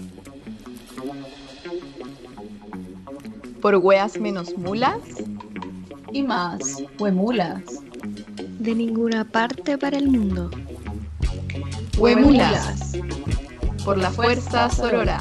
Por weas menos mulas. Y más, huemulas. De ninguna parte para el mundo. Huemulas. Por la fuerza sorora.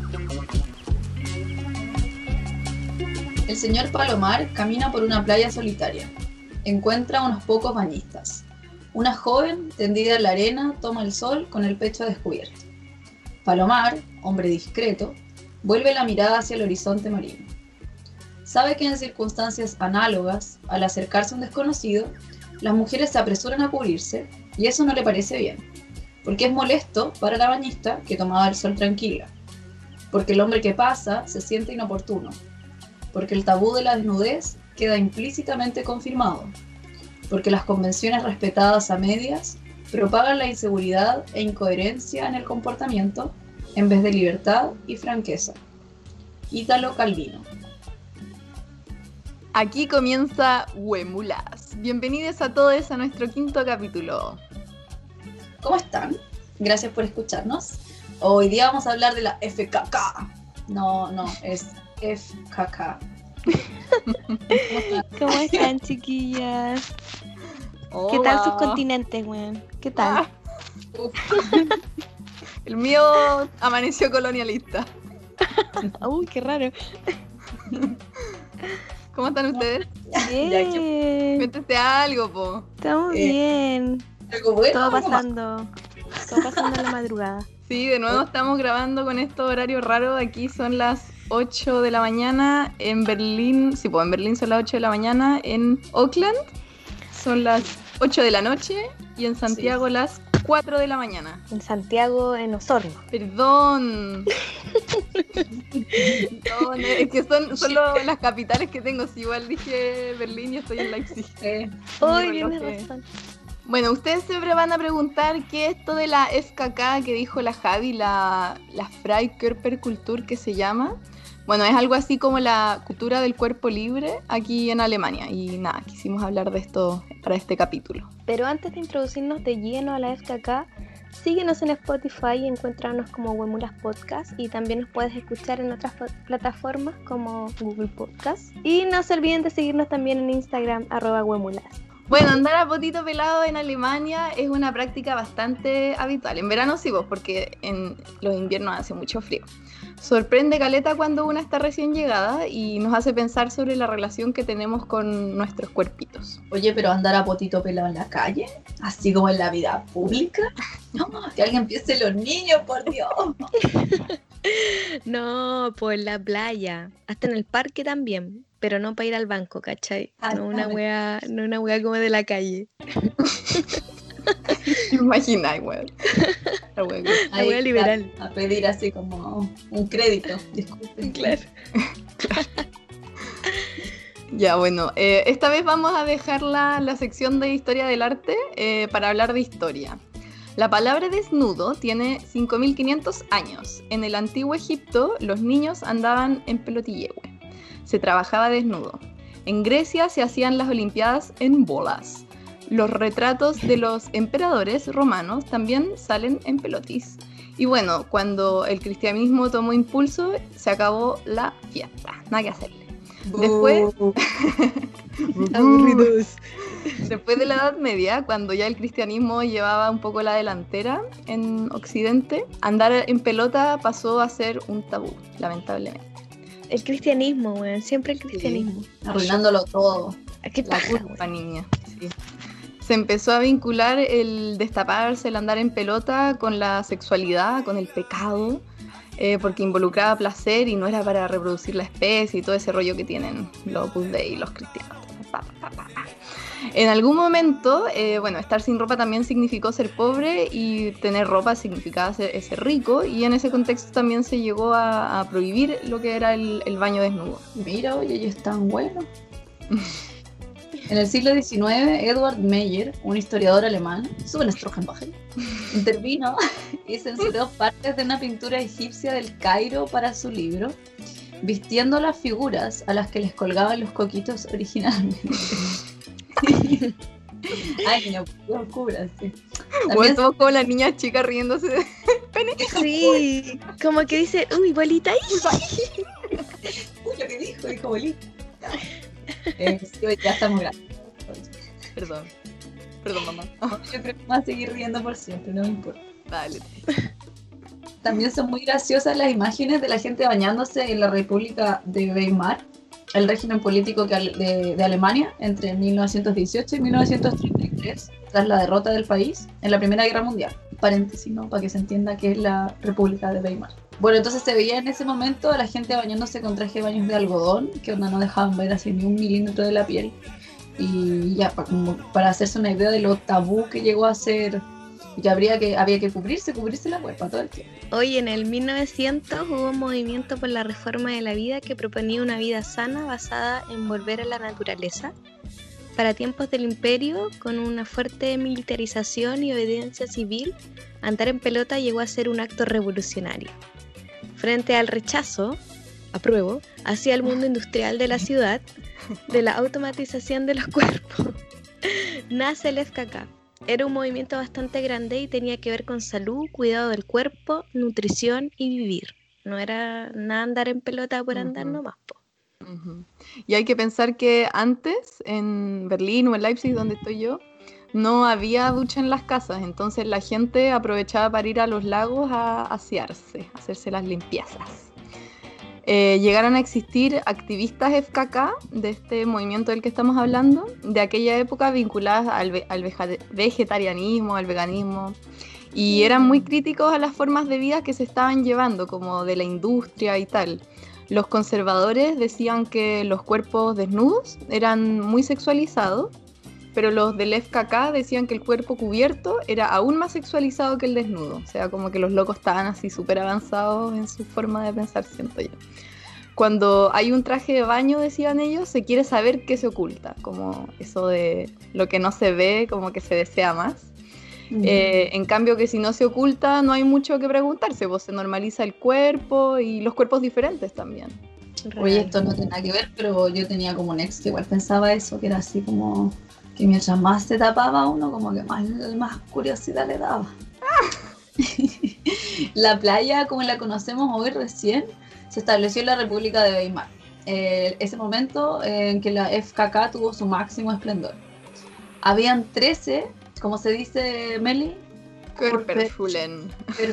El señor Palomar camina por una playa solitaria. Encuentra unos pocos bañistas. Una joven, tendida en la arena, toma el sol con el pecho descubierto. Palomar, hombre discreto, vuelve la mirada hacia el horizonte marino. Sabe que en circunstancias análogas, al acercarse a un desconocido, las mujeres se apresuran a cubrirse, y eso no le parece bien, porque es molesto para la bañista que tomaba el sol tranquila, porque el hombre que pasa se siente inoportuno, porque el tabú de la desnudez queda implícitamente confirmado, porque las convenciones respetadas a medias propagan la inseguridad e incoherencia en el comportamiento en vez de libertad y franqueza. Ítalo Calvino. Aquí comienza Huemulas. Bienvenidos a todos a nuestro 5º capítulo. ¿Cómo están? Gracias por escucharnos. Hoy día vamos a hablar de la FKK. No, es FKK. ¿Cómo están, chiquillas? Hola. ¿Qué tal sus continentes, weón? ¿Qué tal? El mío amaneció colonialista. Uy, qué raro. ¿Cómo están ustedes? Bien. Cuéntese algo, po. Estamos bien. ¿Algo bueno? Todo pasando en la madrugada. Sí, de nuevo estamos grabando con estos horarios raros. Aquí son las 8 de la mañana en Berlín. Sí, pues en Berlín son las 8 de la mañana. En Oakland son las 8 de la noche. Y en Santiago las 4 de la mañana. En Santiago, en Osorno. Perdón. No, es que son solo las capitales que tengo. Si igual dije Berlín y estoy en Leipzig. Uy, tienes razón. Bueno, ustedes siempre van a preguntar qué es esto de la FKK que dijo la Javi, la Freikörperkultur que se llama. Bueno, es algo así como la cultura del cuerpo libre aquí en Alemania. Y nada, quisimos hablar de esto para este capítulo. Pero antes de introducirnos de lleno a la FKK, síguenos en Spotify y encuéntranos como Huemulas Podcast, y también nos puedes escuchar en otras plataformas como Google Podcast. Y no se olviden de seguirnos también en Instagram @Huemulas. Bueno, andar a potito pelado en Alemania es una práctica bastante habitual. En verano sí, vos, porque en los inviernos hace mucho frío. Sorprende caleta cuando una está recién llegada y nos hace pensar sobre la relación que tenemos con nuestros cuerpitos. Oye, pero andar a potito pelado en la calle, así como en la vida pública. No, que alguien piense los niños, por Dios. No, por la playa, hasta en el parque también, pero no para ir al banco, ¿cachai? No una wea como de la calle. Imagina, weón. La wea liberal. A pedir así como un crédito, disculpen. Claro. Ya, bueno, esta vez vamos a dejar la sección de historia del arte para hablar de historia. La palabra desnudo tiene 5.500 años. En el antiguo Egipto, los niños andaban en pelotillehue. Se trabajaba desnudo. En Grecia se hacían las olimpiadas en bolas. Los retratos de los emperadores romanos también salen en pelotis. Y bueno, cuando el cristianismo tomó impulso, se acabó la fiesta. Nada que hacerle. Después... Aburridos. Después de la Edad Media, cuando ya el cristianismo llevaba un poco la delantera en Occidente, andar en pelota pasó a ser un tabú, lamentablemente. El cristianismo, weón, siempre el cristianismo. Sí, arruinándolo todo. ¿Qué La pasa, culpa, niña. Sí. Se empezó a vincular el destaparse, el andar en pelota con la sexualidad, con el pecado, porque involucraba placer y no era para reproducir la especie y todo ese rollo que tienen los Opus Dei y los cristianos. En algún momento, estar sin ropa también significó ser pobre y tener ropa significaba ser rico, y en ese contexto también se llegó a prohibir lo que era el baño desnudo. Mira, oye, ellos están buenos. En el siglo XIX, Edward Meyer, un historiador alemán, intervino y censuró partes de una pintura egipcia del Cairo para su libro, vistiendo las figuras a las que les colgaban los coquitos originalmente. Ay, no cubras, sí. Bueno, somos como la niña chica riéndose de pene. Sí, como que dice, uy, bolita ahí. Uy, lo que dijo bolita. Sí, ya estamos grandes. Perdón, mamá. Yo creo que va a seguir riendo por siempre, no me importa. Dale. También son muy graciosas las imágenes de la gente bañándose en la República de Weimar, el régimen político de Alemania entre 1918 y 1933, tras la derrota del país en la Primera Guerra Mundial. Paréntesis, ¿no? Para que se entienda qué es la República de Weimar. Bueno, entonces se veía en ese momento a la gente bañándose con traje de baños de algodón, que no dejaban ver así ni un milímetro de la piel. Y ya, para hacerse una idea de lo tabú que llegó a ser, que había que cubrirse la cuerpa todo el tiempo. Hoy en el 1900 hubo un movimiento por la reforma de la vida que proponía una vida sana basada en volver a la naturaleza. Para tiempos del imperio, con una fuerte militarización y obediencia civil, andar en pelota llegó a ser un acto revolucionario. Frente al rechazo, apruebo, hacia el mundo industrial de la ciudad, de la automatización de los cuerpos, nace el FKK. Era un movimiento bastante grande y tenía que ver con salud, cuidado del cuerpo, nutrición y vivir. No era nada andar en pelota por andar nomás, po. Y hay que pensar que antes, en Berlín o en Leipzig, donde estoy yo, no había ducha en las casas, entonces la gente aprovechaba para ir a los lagos a asearse, a hacerse las limpiezas. Llegaron a existir activistas FKK de este movimiento del que estamos hablando, de aquella época vinculadas al vegetarianismo, al veganismo, y eran muy críticos a las formas de vida que se estaban llevando, como de la industria y tal. Los conservadores decían que los cuerpos desnudos eran muy sexualizados, pero los del FKK decían que el cuerpo cubierto era aún más sexualizado que el desnudo. O sea, como que los locos estaban así súper avanzados en su forma de pensar, siento yo. Cuando hay un traje de baño, decían ellos, se quiere saber qué se oculta, como eso de lo que no se ve, como que se desea más. En cambio que si no se oculta no hay mucho que preguntarse, pues se normaliza el cuerpo y los cuerpos diferentes también. Oye, esto no tiene nada que ver, pero yo tenía como un ex que igual pensaba eso, que era así como que mientras más se tapaba uno, como que más curiosidad le daba. La playa, como la conocemos hoy recién, se estableció en la República de Weimar, ese momento en que la FKK tuvo su máximo esplendor. Habían 13, como se dice, Meli, Körperschulen,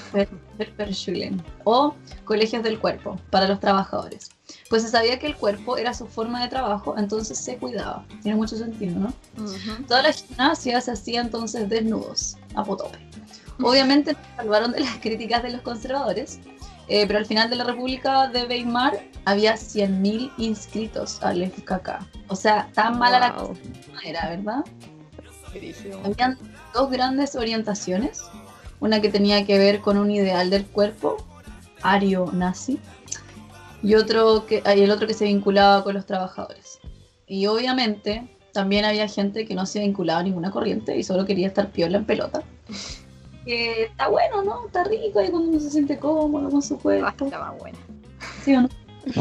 o colegios del cuerpo para los trabajadores. Pues se sabía que el cuerpo era su forma de trabajo, entonces se cuidaba. Tiene mucho sentido, ¿no? Toda la gimnasia se hacía entonces desnudos, a potope. Obviamente nos salvaron de las críticas de los conservadores, pero al final de la República de Weimar había 100.000 inscritos al FKK. O sea, tan mala la cosa no era, ¿verdad? Habían dos grandes orientaciones, una que tenía que ver con un ideal del cuerpo, ario-nazi, y el otro que se vinculaba con los trabajadores. Y obviamente también había gente que no se vinculaba a ninguna corriente y solo quería estar piola en pelota. Que está bueno, ¿no? Está rico ahí cuando uno se siente cómodo con su cuerpo. Estaba buena. ¿Sí o no?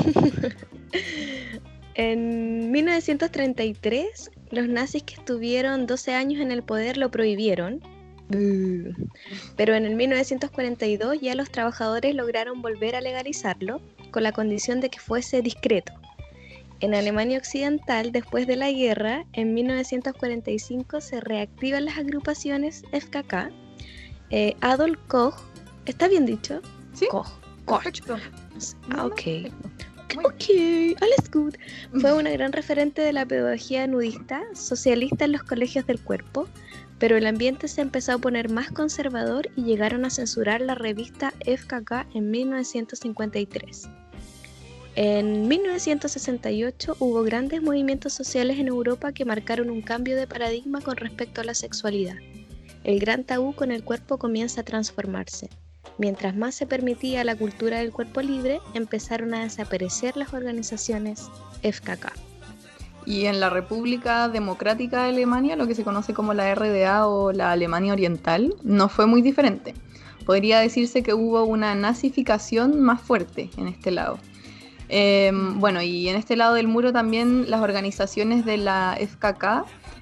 En 1933, los nazis que estuvieron 12 años en el poder lo prohibieron, pero en el 1942 ya los trabajadores lograron volver a legalizarlo con la condición de que fuese discreto. En Alemania Occidental, después de la guerra, en 1945 se reactivan las agrupaciones FKK. Adolf Koch, ¿está bien dicho? Sí. Koch. Perfecto. Ok, alles gut. Fue una gran referente de la pedagogía nudista, socialista en los colegios del cuerpo, pero el ambiente se empezó a poner más conservador y llegaron a censurar la revista FKK en 1953. En 1968 hubo grandes movimientos sociales en Europa que marcaron un cambio de paradigma con respecto a la sexualidad. El gran tabú con el cuerpo comienza a transformarse. Mientras más se permitía la cultura del cuerpo libre, empezaron a desaparecer las organizaciones FKK. Y en la República Democrática de Alemania, lo que se conoce como la RDA o la Alemania Oriental, no fue muy diferente. Podría decirse que hubo una nazificación más fuerte en este lado. Bueno, y en este lado del muro también las organizaciones de la FKK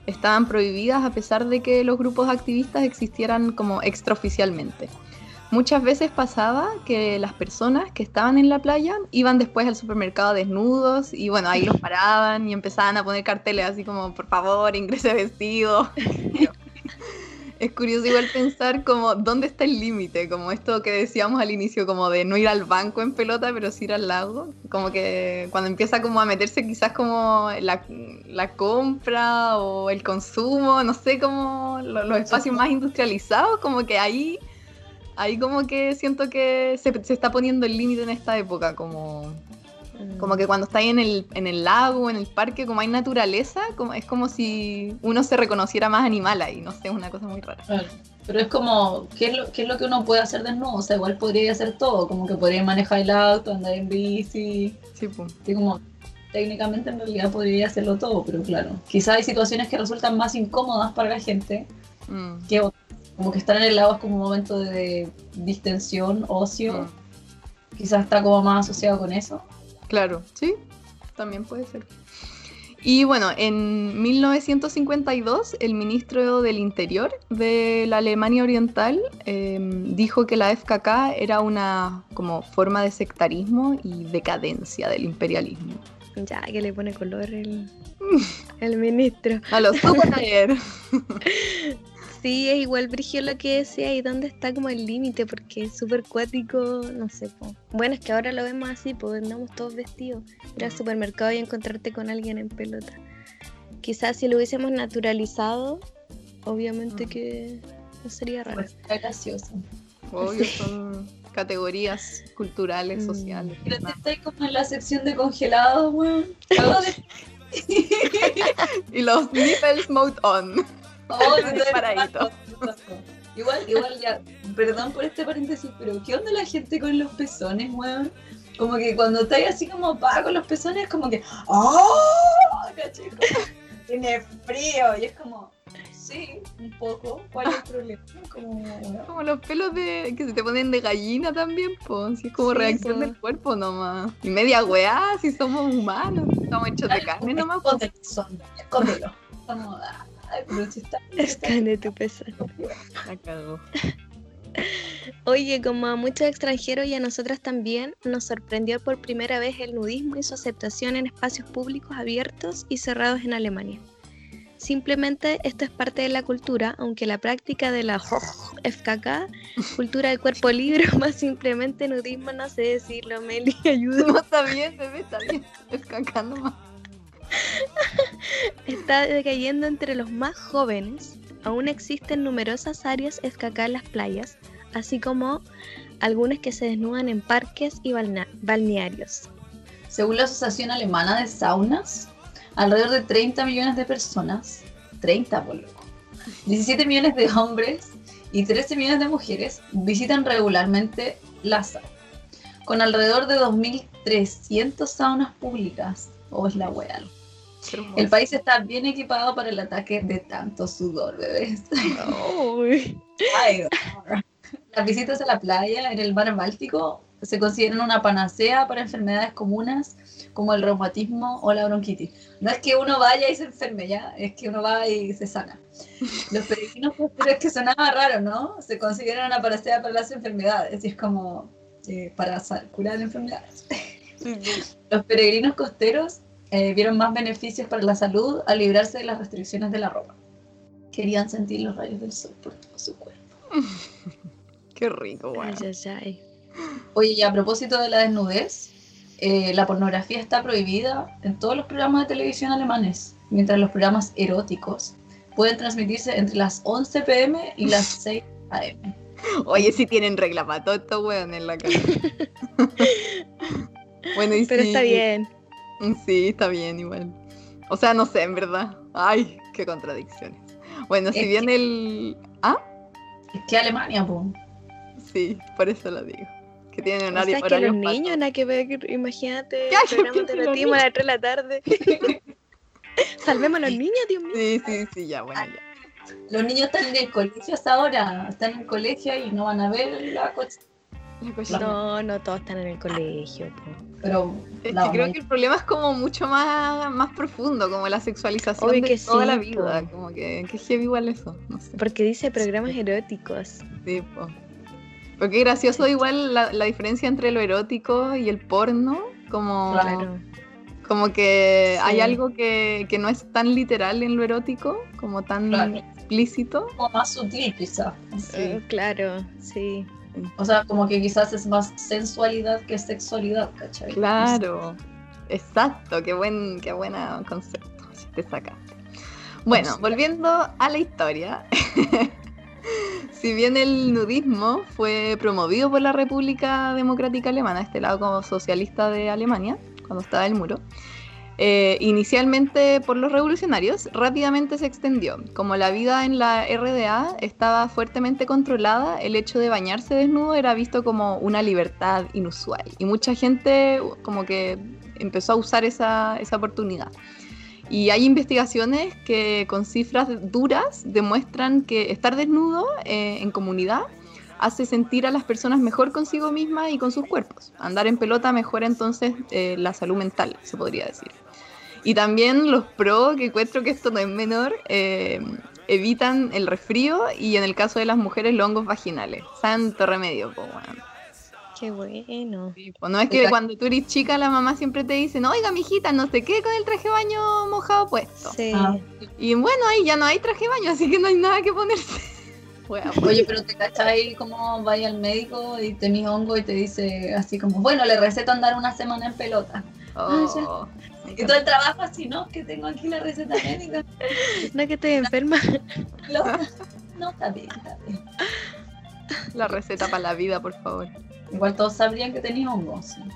estaban prohibidas a pesar de que los grupos activistas existieran como extraoficialmente. Muchas veces pasaba que las personas que estaban en la playa iban después al supermercado desnudos y bueno, ahí los paraban y empezaban a poner carteles así como, por favor, ingrese vestido. Es curioso igual pensar como dónde está el límite, como esto que decíamos al inicio, como de no ir al banco en pelota, pero sí ir al lago. Como que cuando empieza como a meterse quizás como la compra o el consumo, no sé, como los espacios más industrializados, como que ahí como que siento que se está poniendo el límite en esta época, como que cuando está ahí en el lago, en el parque, como hay naturaleza, es como si uno se reconociera más animal ahí, no sé, es una cosa muy rara. Claro. Pero es como, ¿qué es lo que uno puede hacer desnudo? O sea, igual podría hacer todo, como que podría manejar el auto, andar en bici. Sí, pues. Sí, como técnicamente en realidad podría hacerlo todo, pero claro, quizás hay situaciones que resultan más incómodas para la gente que otras. Como que estar en el lago es como un momento de distensión, ocio. Quizás está como más asociado con eso. Claro, sí, también puede ser. Y bueno, en 1952 el ministro del Interior de la Alemania Oriental dijo que la FKK era una como forma de sectarismo y decadencia del imperialismo. Ya, que le pone color el ministro. A lo supo leer. Sí, es igual Brigio lo que decía, y dónde está como el límite, porque es súper cuático, no sé, po. Bueno, es que ahora lo vemos así, pues andamos todos vestidos, ir al supermercado y encontrarte con alguien en pelota. Quizás si lo hubiésemos naturalizado, obviamente que no sería raro. Pues está gracioso. Obvio, son categorías culturales, sociales. Pero te estáis como en la sección de congelados, weón. Y los nipples mode on. Oh, paradito. Igual ya, perdón por este paréntesis, pero ¿qué onda la gente con los pezones, weón? Como que cuando estáis así como con los pezones, como que ¡oh! ¿Caché? Tiene frío y es como, sí, un poco, ¿cuál es el problema? Como los pelos que se te ponen de gallina también, pues, si es como Sí, reacción del cuerpo nomás. Y media weá, si somos humanos, estamos hechos de carne nomás. Escóndelo. Estamos... pero si está... Escane tu pezón. La cagó. Oye, como a muchos extranjeros y a nosotras también, nos sorprendió por primera vez el nudismo y su aceptación en espacios públicos abiertos y cerrados en Alemania. Simplemente esto es parte de la cultura, aunque la práctica de la FKK, cultura del cuerpo libre, o más simplemente nudismo, no sé decirlo, Meli, ayuda. No, está bien, bebé, está bien. FKK nomás. Está decayendo entre los más jóvenes. Aún existen numerosas áreas FKK en las playas, así como algunas que se desnudan en parques y balnearios. Según la Asociación Alemana de Saunas, alrededor de 30 millones de personas, 30 por loco, 17 millones de hombres y 13 millones de mujeres visitan regularmente la sauna, con alrededor de 2.300 saunas públicas. Oh, es la wea. El país está bien equipado para el ataque de tanto sudor, bebés. Ay, las visitas a la playa en el mar Báltico se consideran una panacea para enfermedades comunes como el reumatismo o la bronquitis. No es que uno vaya y se enferme, ya, es que uno va y se sana. Los peregrinos costeros, que sonaba raro, ¿no? Se consideran una panacea para las enfermedades, y es como para curar enfermedades. Los peregrinos costeros vieron más beneficios para la salud al librarse de las restricciones de la ropa. Querían sentir los rayos del sol por todo su cuerpo. Qué rico, güey. Ay. Oye, y a propósito de la desnudez, la pornografía está prohibida en todos los programas de televisión alemanes, mientras los programas eróticos pueden transmitirse entre las 11 p.m. y las 6 a.m. Oye, si tienen regla para todo esto, weón, en la casa. Bueno, y pero sí, está bien. Sí, está bien igual. O sea, no sé, en verdad. Ay, qué contradicciones. Bueno, si bien el... ¿Ah? Es que Alemania, pues. Sí, por eso lo digo. Que tienen O sea, horario es que los niños, nada que ver, imagínate, programas de erotismo a las 3 de la tarde. Salvemos a los niños, Dios mío. Sí, ya, bueno, ya. Los niños están en el colegio hasta ahora, están en el colegio y no van a ver la cosa. La cochina. No todos están en el colegio, po. Pero Es que creo que el problema es como mucho más profundo, como la sexualización Obvio de que toda sí, la vida. po. Como que heavy igual eso, no sé. Porque dice programas eróticos. Sí, po. Porque es gracioso igual la diferencia entre lo erótico y el porno, como, Claro. como que Sí. hay algo que no es tan literal en lo erótico, como tan Claro. explícito. como más sutil quizás. Sí. Claro, sí. O sea, como que quizás es más sensualidad que sexualidad, ¿cachai? Claro, exacto, qué buen concepto, si te sacaste. Bueno, volviendo a la historia, si bien el nudismo fue promovido por la República Democrática Alemana, este lado como socialista de Alemania, cuando estaba el muro, inicialmente por los revolucionarios, rápidamente se extendió. Como la vida en la RDA estaba fuertemente controlada, el hecho de bañarse desnudo era visto como una libertad inusual. Y mucha gente como que empezó a usar esa oportunidad. Y hay investigaciones que con cifras duras demuestran que estar desnudo en comunidad hace sentir a las personas mejor consigo mismas y con sus cuerpos. Andar en pelota mejora entonces la salud mental, se podría decir. Y también los pros, que encuentro que esto no es menor, evitan el resfrío y en el caso de las mujeres los hongos vaginales. Santo remedio, po, weón. Qué bueno. Sí, po. No es que cuando tú eres chica la mamá siempre te dice, no, oiga, mijita, no sé qué, con el traje de baño mojado puesto. Sí. Ah. Y bueno, ahí ya no hay traje de baño, así que no hay nada que ponerse. Weón. Oye, pero te cachai como vaya al médico y tenés hongo y te dice así como, bueno, le receto andar una semana en pelota. Oh, Y todo el trabajo así, ¿no? Que tengo aquí la receta médica. No que estoy enferma. Pelota. No, está bien, está bien. la receta para la vida, por favor. Igual todos sabrían que tenés hongos. ¿Sí?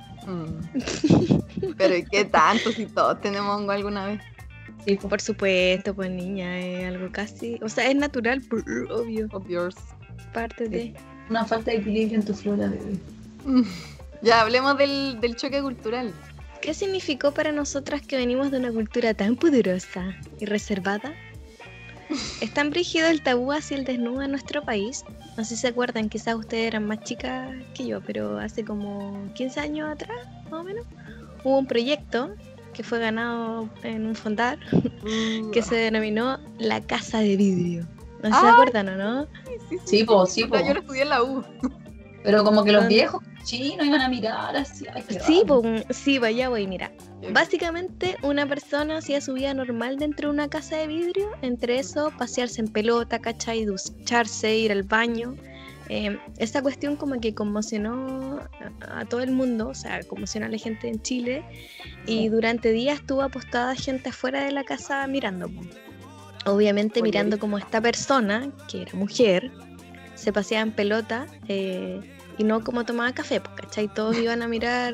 Pero ¿y qué tanto si todos tenemos hongo alguna vez? Sí, pues, Por supuesto, pues niña, es algo casi... O sea, es natural, obvio. Of yours. Parte de... una falta de equilibrio en tu flora, bebé. Ya, hablemos del choque cultural. ¿Qué significó para nosotras que venimos de una cultura tan poderosa y reservada? Es tan brígido el tabú hacia el desnudo en nuestro país. No sé si se acuerdan, quizás ustedes eran más chicas que yo, pero hace como 15 años atrás, más o menos, hubo un proyecto que fue ganado en un fondar que se denominó La Casa de Vidrio. No sé si se acuerdan o no. Sí, pues, sí, Yo pues. lo estudié en la U. Pero como que los viejos chinos iban a mirar así. Ay, qué Sí, raro. sí, vaya voy, mira. Básicamente una persona hacía su vida normal dentro de una casa de vidrio, entre eso pasearse en pelota, ¿cachai? Ducharse, ir al baño. Esta cuestión como que conmocionó a todo el mundo, o sea, conmocionó a la gente en Chile, y Sí. durante días estuvo apostada gente afuera de la casa mirando. Obviamente Oye. mirando como esta persona, que era mujer, se paseaba en pelota y no como tomaba café, ¿cachai? Todos iban a mirar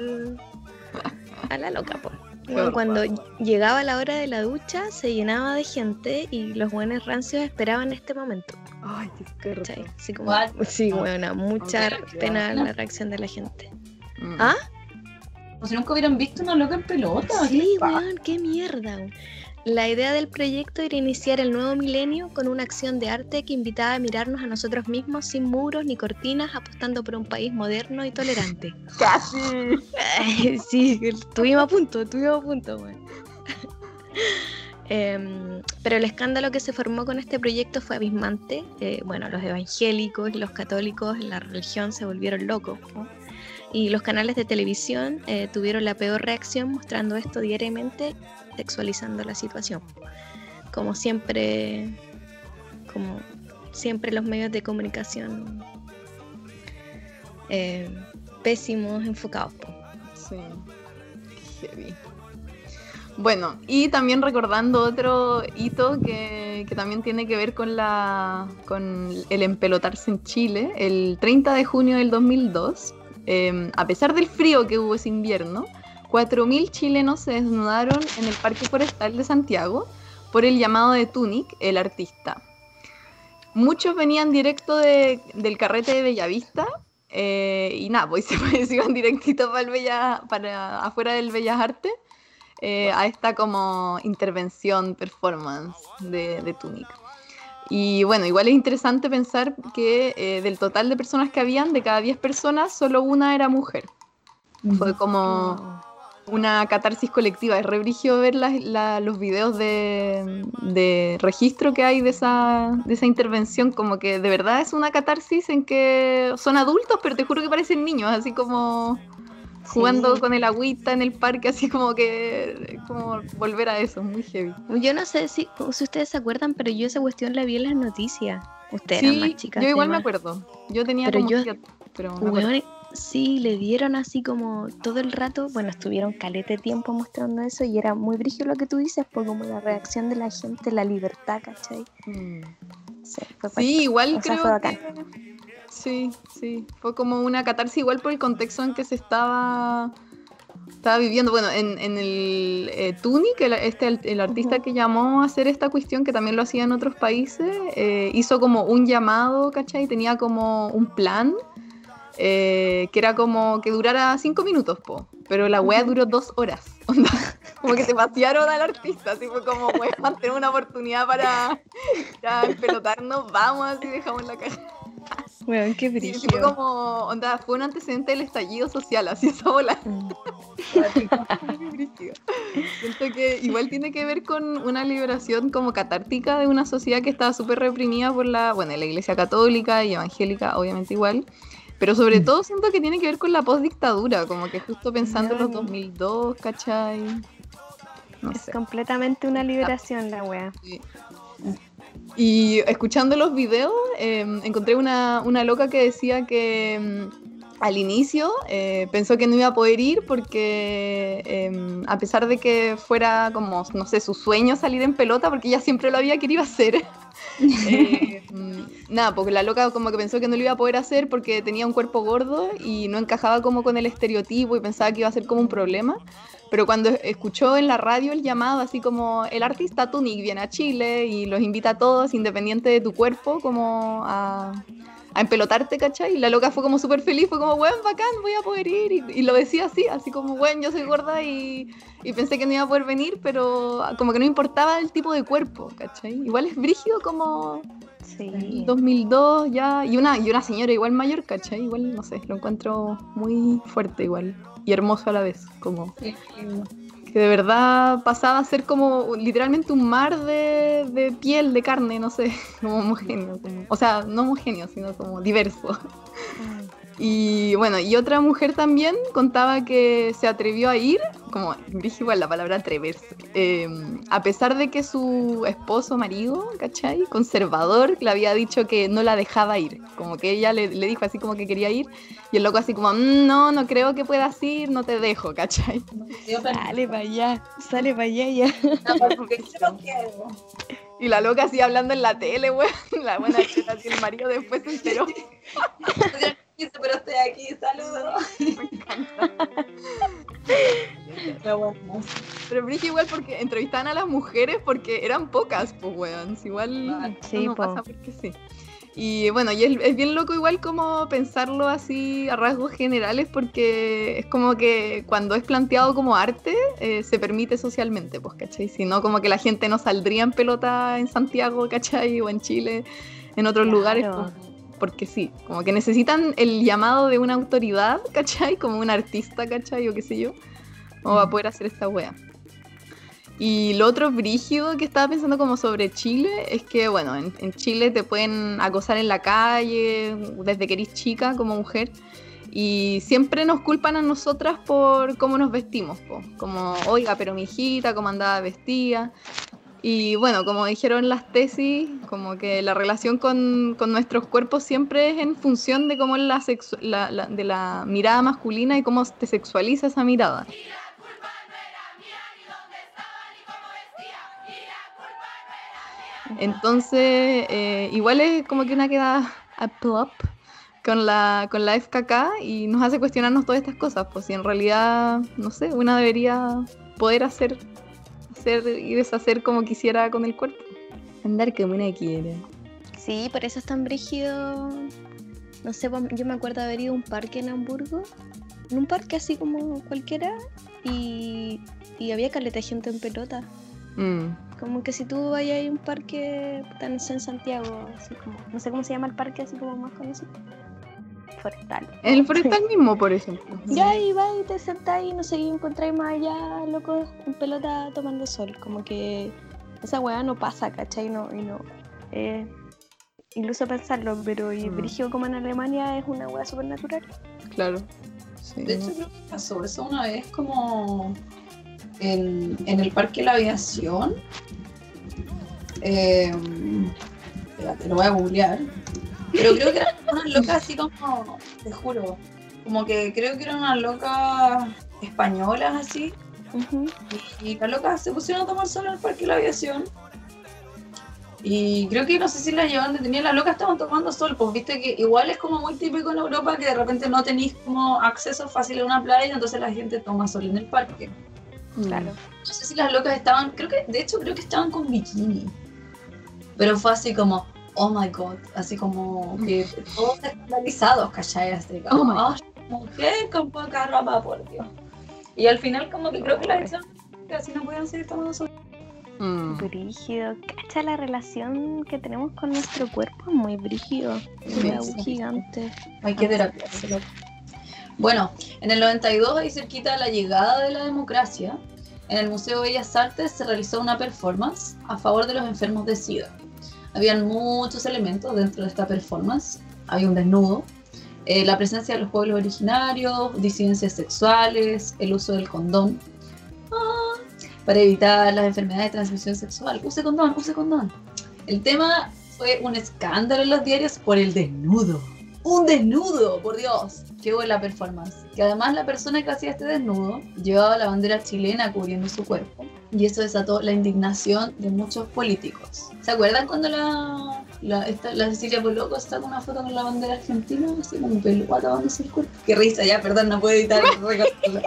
a la loca, po. Bueno, cuando llegaba la hora de la ducha se llenaba de gente y los buenos rancios esperaban este momento, Ay, qué ¿cachai? rico. Así como, What? sí, bueno, mucha Ok, pena la reacción de la gente. Mm. ¿Ah? Como si nunca hubieran visto una loca en pelota. ¿qué Sí, les pasa? weón, qué mierda. Weón. La idea del proyecto era iniciar el nuevo milenio con una acción de arte que invitaba a mirarnos a nosotros mismos sin muros ni cortinas, apostando por un país moderno y tolerante. Casi. Sí, estuvimos a punto, weón. Pero el escándalo que se formó con este proyecto fue abismante. Bueno, los evangélicos y los católicos en la religión se volvieron locos, ¿no? Y los canales de televisión tuvieron la peor reacción mostrando esto diariamente, sexualizando la situación. Como siempre los medios de comunicación pésimos enfocados. Po. Sí. Heavy. Bueno, y también recordando otro hito que también tiene que ver con el empelotarse en Chile, el 30 de junio del 2002, a pesar del frío que hubo ese invierno, 4.000 chilenos se desnudaron en el Parque Forestal de Santiago por el llamado de Túnic, el artista. Muchos venían directo del carrete de Bellavista y nada, pues se iban directito para afuera del Bellas Artes a esta como intervención, performance de Túnic. Y bueno, igual es interesante pensar que del total de personas que habían, de cada 10 personas, solo una era mujer. Fue como una catarsis colectiva. Es re brígido ver los videos de registro que hay de esa intervención, como que de verdad es una catarsis en que son adultos, pero te juro que parecen niños, así como jugando con el agüita en el parque, así como volver a eso, muy heavy. Yo no sé si ustedes se acuerdan, pero yo esa cuestión la vi en las noticias. Ustedes Sí, eran más chicas. yo igual me acuerdo. Yo tenía pero como yo, 7, pero me acuerdo. Sí, le dieron así como todo el rato, bueno, estuvieron calete tiempo mostrando eso y era muy brígido lo que tú dices, por como la reacción de la gente, la libertad, ¿cachai? Sí, igual creo fue bacán. Sí, fue como una catarsis igual por el contexto en que se estaba viviendo. Bueno, en el Tuni, que el artista que llamó a hacer esta cuestión, que también lo hacía en otros países, hizo como un llamado, ¿cachai? Tenía como un plan. Que era como que durara 5 minutos, pero la wea duró 2 horas. Como que se pasearon al artista, así fue como, weón, tenemos una oportunidad para ya empelotarnos, vamos, así dejamos la caja. Weón, qué brillo. Sí, fue como, fue un antecedente del estallido social, así esa bola. Siento que igual tiene que ver con una liberación como catártica de una sociedad que estaba súper reprimida por la Iglesia católica y evangélica, obviamente igual. Pero sobre todo siento que tiene que ver con la postdictadura, como que justo pensando en los 2002, ¿cachai? No sé. Completamente una liberación la wea. Sí. Y escuchando los videos, encontré una loca que decía que al inicio pensó que no iba a poder ir porque a pesar de que fuera como, no sé, su sueño salir en pelota, porque ella siempre lo había querido hacer. Nada, porque la loca como que pensó que no lo iba a poder hacer porque tenía un cuerpo gordo y no encajaba como con el estereotipo y pensaba que iba a ser como un problema. Pero cuando escuchó en la radio el llamado, así como el artista Tunic viene a Chile y los invita a todos, independiente de tu cuerpo, como a empelotarte, ¿cachai? Y la loca fue como súper feliz, fue como, weón, bacán, voy a poder ir. Y lo decía así como, weón, yo soy gorda y pensé que no iba a poder venir, pero como que no importaba el tipo de cuerpo, ¿cachai? Igual es brígido como... Sí. 2002 ya, y una señora igual mayor, ¿cachai? Igual, no sé, lo encuentro muy fuerte igual, y hermoso a la vez, como que de verdad pasaba a ser como literalmente un mar de piel, de carne, no sé, como homogéneo, o sea, no homogéneo, sino como diverso. Y bueno, y otra mujer también contaba que se atrevió a ir, como dije igual la palabra atreverse, a pesar de que su esposo, marido, ¿cachai? Conservador, le había dicho que no la dejaba ir, como que ella le dijo así como que quería ir, y el loco así como, no creo que puedas ir, no te dejo, ¿cachai? Sale para allá ya. Y la loca así hablando en la tele, weón, la buena cheta, así el marido después se enteró. Pero estoy aquí, saludos. Me encanta. Pero brillo igual porque entrevistaban a las mujeres porque eran pocas, pues weón. Igual sí, no pasa porque sí. Y bueno, y es bien loco igual como pensarlo así a rasgos generales porque es como que cuando es planteado como arte se permite socialmente, pues, ¿cachai? Si no, como que la gente no saldría en pelota en Santiago, ¿cachai? O en Chile, en otros lugares, pues, porque sí, como que necesitan el llamado de una autoridad, ¿cachai? Como un artista, ¿cachai? O qué sé yo, o va a poder hacer esta wea. Y lo otro brígido que estaba pensando como sobre Chile es que, bueno, en Chile te pueden acosar en la calle desde que eres chica como mujer y siempre nos culpan a nosotras por cómo nos vestimos, po. Como, oiga, pero mi hijita, cómo andaba vestida. Y bueno, como dijeron las tesis, como que la relación con nuestros cuerpos siempre es en función de cómo es de la mirada masculina y cómo te sexualiza esa mirada. Entonces, igual es como que una queda a plop con la FKK y nos hace cuestionarnos todas estas cosas, pues si en realidad, no sé, una debería poder hacer y deshacer como quisiera con el cuerpo. Andar como una quiere. Sí, por eso es tan brígido. No sé, yo me acuerdo de haber ido a un parque en Hamburgo, en un parque así como cualquiera, y había caleta de gente en pelota. Como que si tú vayas a un parque, puta, no sé, en Santiago, así como, no sé cómo se llama el parque así como más conocido. Forestal. El forestal mismo, por ejemplo. Ya y vas y te sentás y no sé, y encontráis más allá locos en pelota tomando sol. Como que esa weá no pasa, ¿cachai? Incluso pensarlo, pero y brígido como en Alemania es una weá súper natural. Claro. Sí. De hecho, creo que pasó eso una vez como en el Parque de la Aviación. Espérate, lo voy a googlear. Pero creo que eran unas locas así como, te juro, como que creo que eran unas locas españolas así. Uh-huh. Y las locas se pusieron a tomar sol en el Parque de la Aviación. Y creo que no sé si las llevaban detenidas, las locas estaban tomando sol, pues viste que igual es como muy típico en Europa que de repente no tenéis como acceso fácil a una playa, entonces la gente toma sol en el parque. Claro. No sé si las locas estaban, creo que estaban con bikini. Pero fue así como, oh my god, así como que todos escandalizados, ¿cachai? Así como, oh, mujer con poca ropa, por Dios. Y al final como que creo que la decisión que así no podían seguir tomando sol. Brígido, cacha, la relación que tenemos con nuestro cuerpo es muy brígido, Sí, es sí. gigante. Hay que terapiárselo. Bueno, en el 92, ahí cerquita de la llegada de la democracia, en el Museo de Bellas Artes se realizó una performance a favor de los enfermos de SIDA. Habían muchos elementos dentro de esta performance. Había un desnudo, la presencia de los pueblos originarios, disidencias sexuales, el uso del condón. Para evitar las enfermedades de transmisión sexual. Use condón, use condón. El tema fue un escándalo en los diarios por el desnudo. ¡Un desnudo! ¡Por Dios! ¡Qué buena performance! Que además la persona que hacía este desnudo llevaba la bandera chilena cubriendo su cuerpo. Y eso desató la indignación de muchos políticos. ¿Se acuerdan cuando la Cecilia Poloco sacó una foto con la bandera argentina? Así como un peluca tapándose el cuerpo. ¡Qué risa! Ya, perdón, no puedo evitar recordarlo.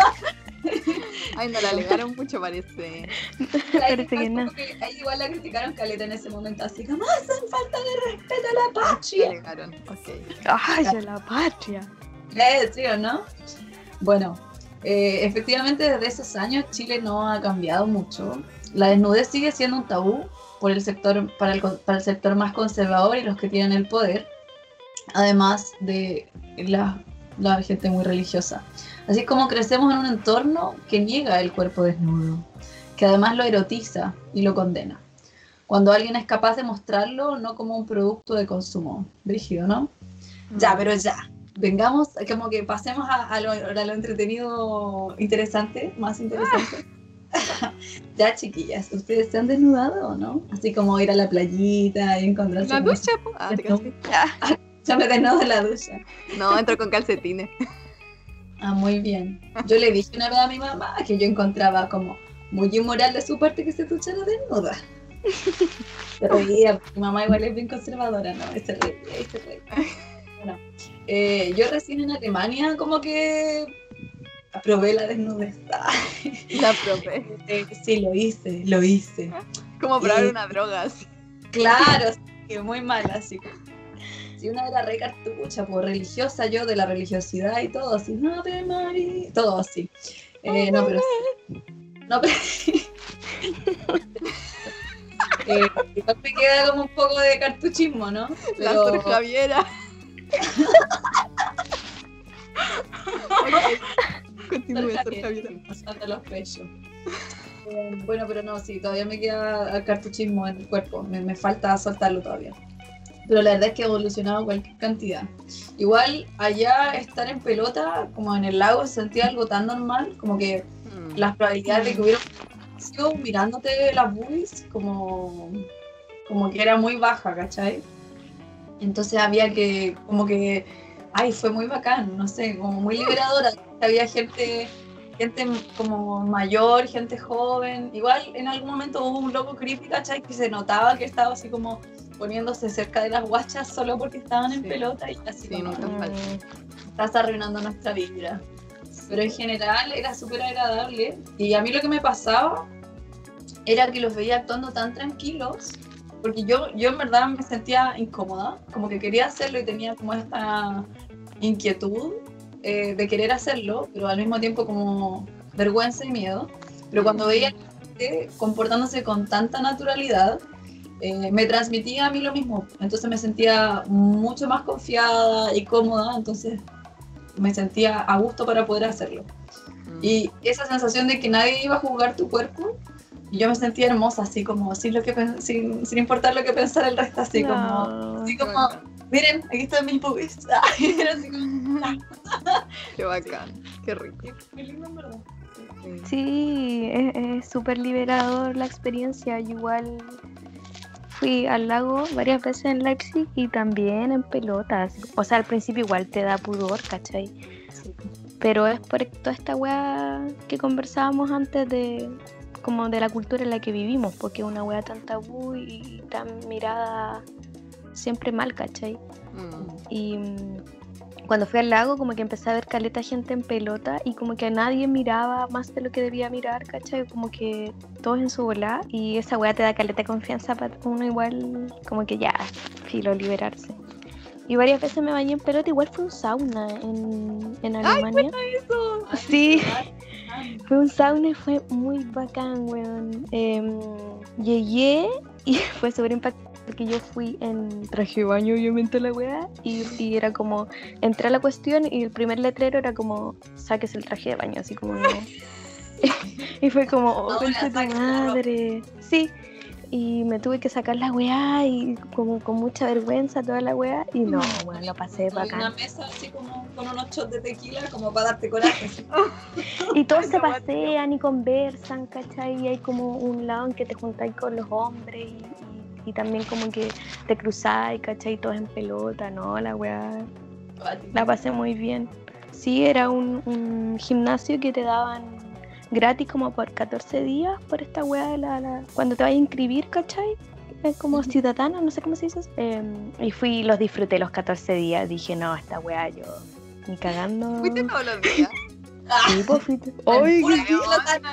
Ay, no la alegaron mucho, parece. Parece que no. Ahí igual la criticaron caleta en ese momento, así como hacen falta de respeto a la La patria. alegaron, ok. ¡Ay, a la patria! ¿Sí o no? Bueno, efectivamente desde esos años Chile no ha cambiado mucho. La desnudez sigue siendo un tabú por el sector, para el sector más conservador y los que tienen el poder, además de la gente muy religiosa. Así es como crecemos en un entorno que niega el cuerpo desnudo, que además lo erotiza y lo condena. Cuando alguien es capaz de mostrarlo no como un producto de consumo. Brígido, ¿no? Ya, pero ya. Vengamos, como que pasemos a lo entretenido, interesante, más interesante. Ya, chiquillas, ¿ustedes se han desnudado o no? Así como ir a la playita y encontrarse... La con- ducha, po. Ah, te No. caché. Yo me desnudo en la ducha. No, entro con calcetines. Ah, muy bien. Yo le dije una vez a mi mamá que yo encontraba como muy inmoral de su parte que se duchara desnuda. Se reía, porque mi mamá igual es bien conservadora, ¿no? Se reía. Bueno, yo recién en Alemania como que aprobé la desnudez. La profe. Sí, lo hice. Como probar Y- una droga así. Claro, sí, muy mala, así. Si una era re cartucha, pues religiosa yo, de la religiosidad y todo así, Ave María, todo así. No, pero igual me queda como un poco de cartuchismo, ¿no? La Pero Sor Javiera. Ok. Continúe, Sor Javiera. pasando los pechos. Bueno, pero no, sí, todavía me queda cartuchismo en el cuerpo, me falta soltarlo todavía. Pero la verdad es que he evolucionado cualquier cantidad. Igual allá estar en pelota, como en el lago, se sentía algo tan normal, como que las probabilidades de que hubiera un sigo mirándote las boobies, como que era muy baja, ¿cachai? Entonces había que, como que, ay, fue muy bacán, no sé, como muy liberadora. Había gente como mayor, gente joven. Igual en algún momento hubo un loco creepy, ¿cachai? Que se notaba que estaba así como poniéndose cerca de las guachas solo porque estaban en Sí. pelota y así Sí, como, nunca falta. estás arruinando nuestra vibra. Pero en general era súper agradable. Y a mí lo que me pasaba era que los veía actuando tan tranquilos, porque yo en verdad me sentía incómoda, como que quería hacerlo y tenía como esta inquietud de querer hacerlo, pero al mismo tiempo como vergüenza y miedo. Pero cuando veía gente comportándose con tanta naturalidad me transmitía a mí lo mismo. Entonces me sentía mucho más confiada y cómoda, entonces me sentía a gusto para poder hacerlo. Y esa sensación de que nadie iba a juzgar tu cuerpo, yo me sentía hermosa, así como sin importar lo que pensara el resto, así como miren, aquí están mis boobies. Era así como, qué bacán, qué rico. Qué lindo, en verdad. Sí, es súper liberador la experiencia. Yo igual fui al lago varias veces en Leipzig y también en pelotas. O sea, al principio igual te da pudor, ¿cachai? Sí. Pero es por toda esta weá que conversábamos antes de como de la cultura en la que vivimos, porque es una weá tan tabú y tan mirada siempre mal, ¿cachai? Y cuando fui al lago como que empecé a ver caleta gente en pelota y como que a nadie miraba más de lo que debía mirar, ¿cachai? Como que todos en su volá y esa weá te da caleta de confianza para uno igual como que ya, filo, liberarse. Y varias veces me bañé en pelota, igual fue un sauna en Alemania. ¡Ay, eso! Sí, fue un sauna y fue muy bacán, weón. Llegué y fue súper impactante porque yo fui en traje de baño, obviamente, la weá, y era como, entré a la cuestión y el primer letrero era como, saques el traje de baño, así como no. Y fue como, oh, concha tu madre. Sí, y me tuve que sacar la weá y como con mucha vergüenza toda la weá, y no, bueno, lo pasé bacán. Una mesa así como con unos shots de tequila como para darte coraje. Y todos se pasean y conversan, ¿cachai? Y hay como un lado en que te juntáis con los hombres y también como que te cruzáis, ¿cachai? Todos en pelota, ¿no? La weá, la pasé muy bien. Sí, era un gimnasio que te daban gratis como por 14 días por esta weá de cuando te vas a inscribir, ¿cachai? Es como ciudadana, no sé cómo se dice. Y fui, los disfruté los 14 días. Dije, no, esta weá yo ni cagando. ¿Fuiste todos los días? Sí, pues fui. ¡Ay, pura qué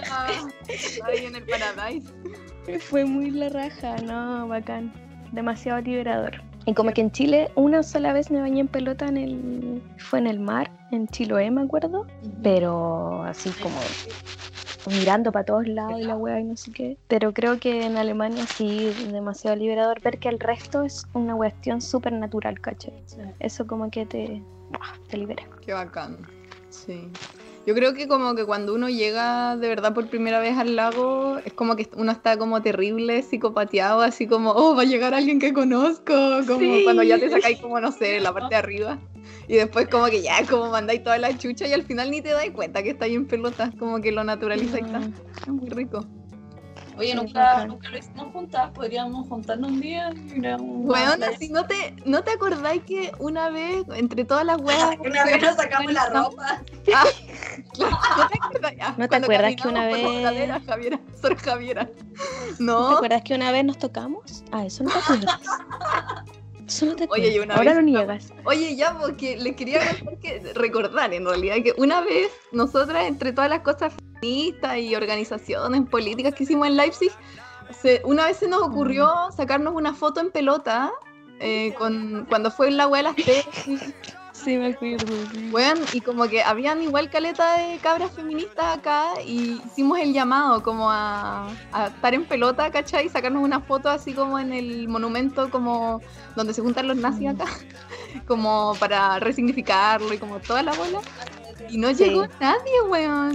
ahí en el Paradise! Fue muy la raja, no, bacán. Demasiado liberador. Y como que en Chile una sola vez me bañé en pelota fue en el mar, en Chiloé me acuerdo, pero así como mirando para todos lados y la weá y no sé qué. Pero creo que en Alemania sí, demasiado liberador ver que el resto es una cuestión súper natural, ¿cachai? Sí. Eso como que te libera. Qué bacán, sí. Yo creo que como que cuando uno llega de verdad por primera vez al lago, es como que uno está como terrible, psicopateado, así como, oh, va a llegar alguien que conozco, como Sí. cuando ya te sacáis como, no sé, la parte de arriba, y después como que ya, como mandáis toda la chucha y al final ni te dais cuenta que estáis en pelota, como que lo naturalizáis tanto, es muy rico. Oye, Sí, nunca bacán. lo hicimos juntas, podríamos juntarnos un día y ir a una Bueno, playa. si no te acordáis que una vez, entre todas las weas... Una vez nos sacamos la ropa. Ah, claro, ¿no te acuerdas? Ah, ¿No te cuando acuerdas que una caminamos por vez- Javiera, Javiera, Sor Javiera? ¿No te No, acuerdas que una vez nos tocamos? Ah, eso no te acuerdas. Eso no te acuerdas. Oye, y una Ahora vez- lo niegas. oye, ya, porque les quería recordar en realidad que una vez nosotras, entre todas las cosas feministas y organizaciones políticas que hicimos en Leipzig, una vez se nos ocurrió sacarnos una foto en pelota cuando fue la wea de las tesis. Sí, me acuerdo. Bueno, y como que habían igual caleta de cabras feministas acá y hicimos el llamado como a estar en pelota, ¿cachai? Y sacarnos una foto así como en el monumento como donde se juntan los nazis acá, como para resignificarlo y como toda la bola. Y no Sí. llegó nadie, weón.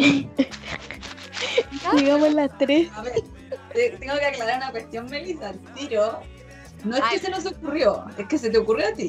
Llegamos las 3. A ver, tengo que aclarar una cuestión, Melissa. El tiro no es Ay. que se nos ocurrió, es que se te ocurrió a ti.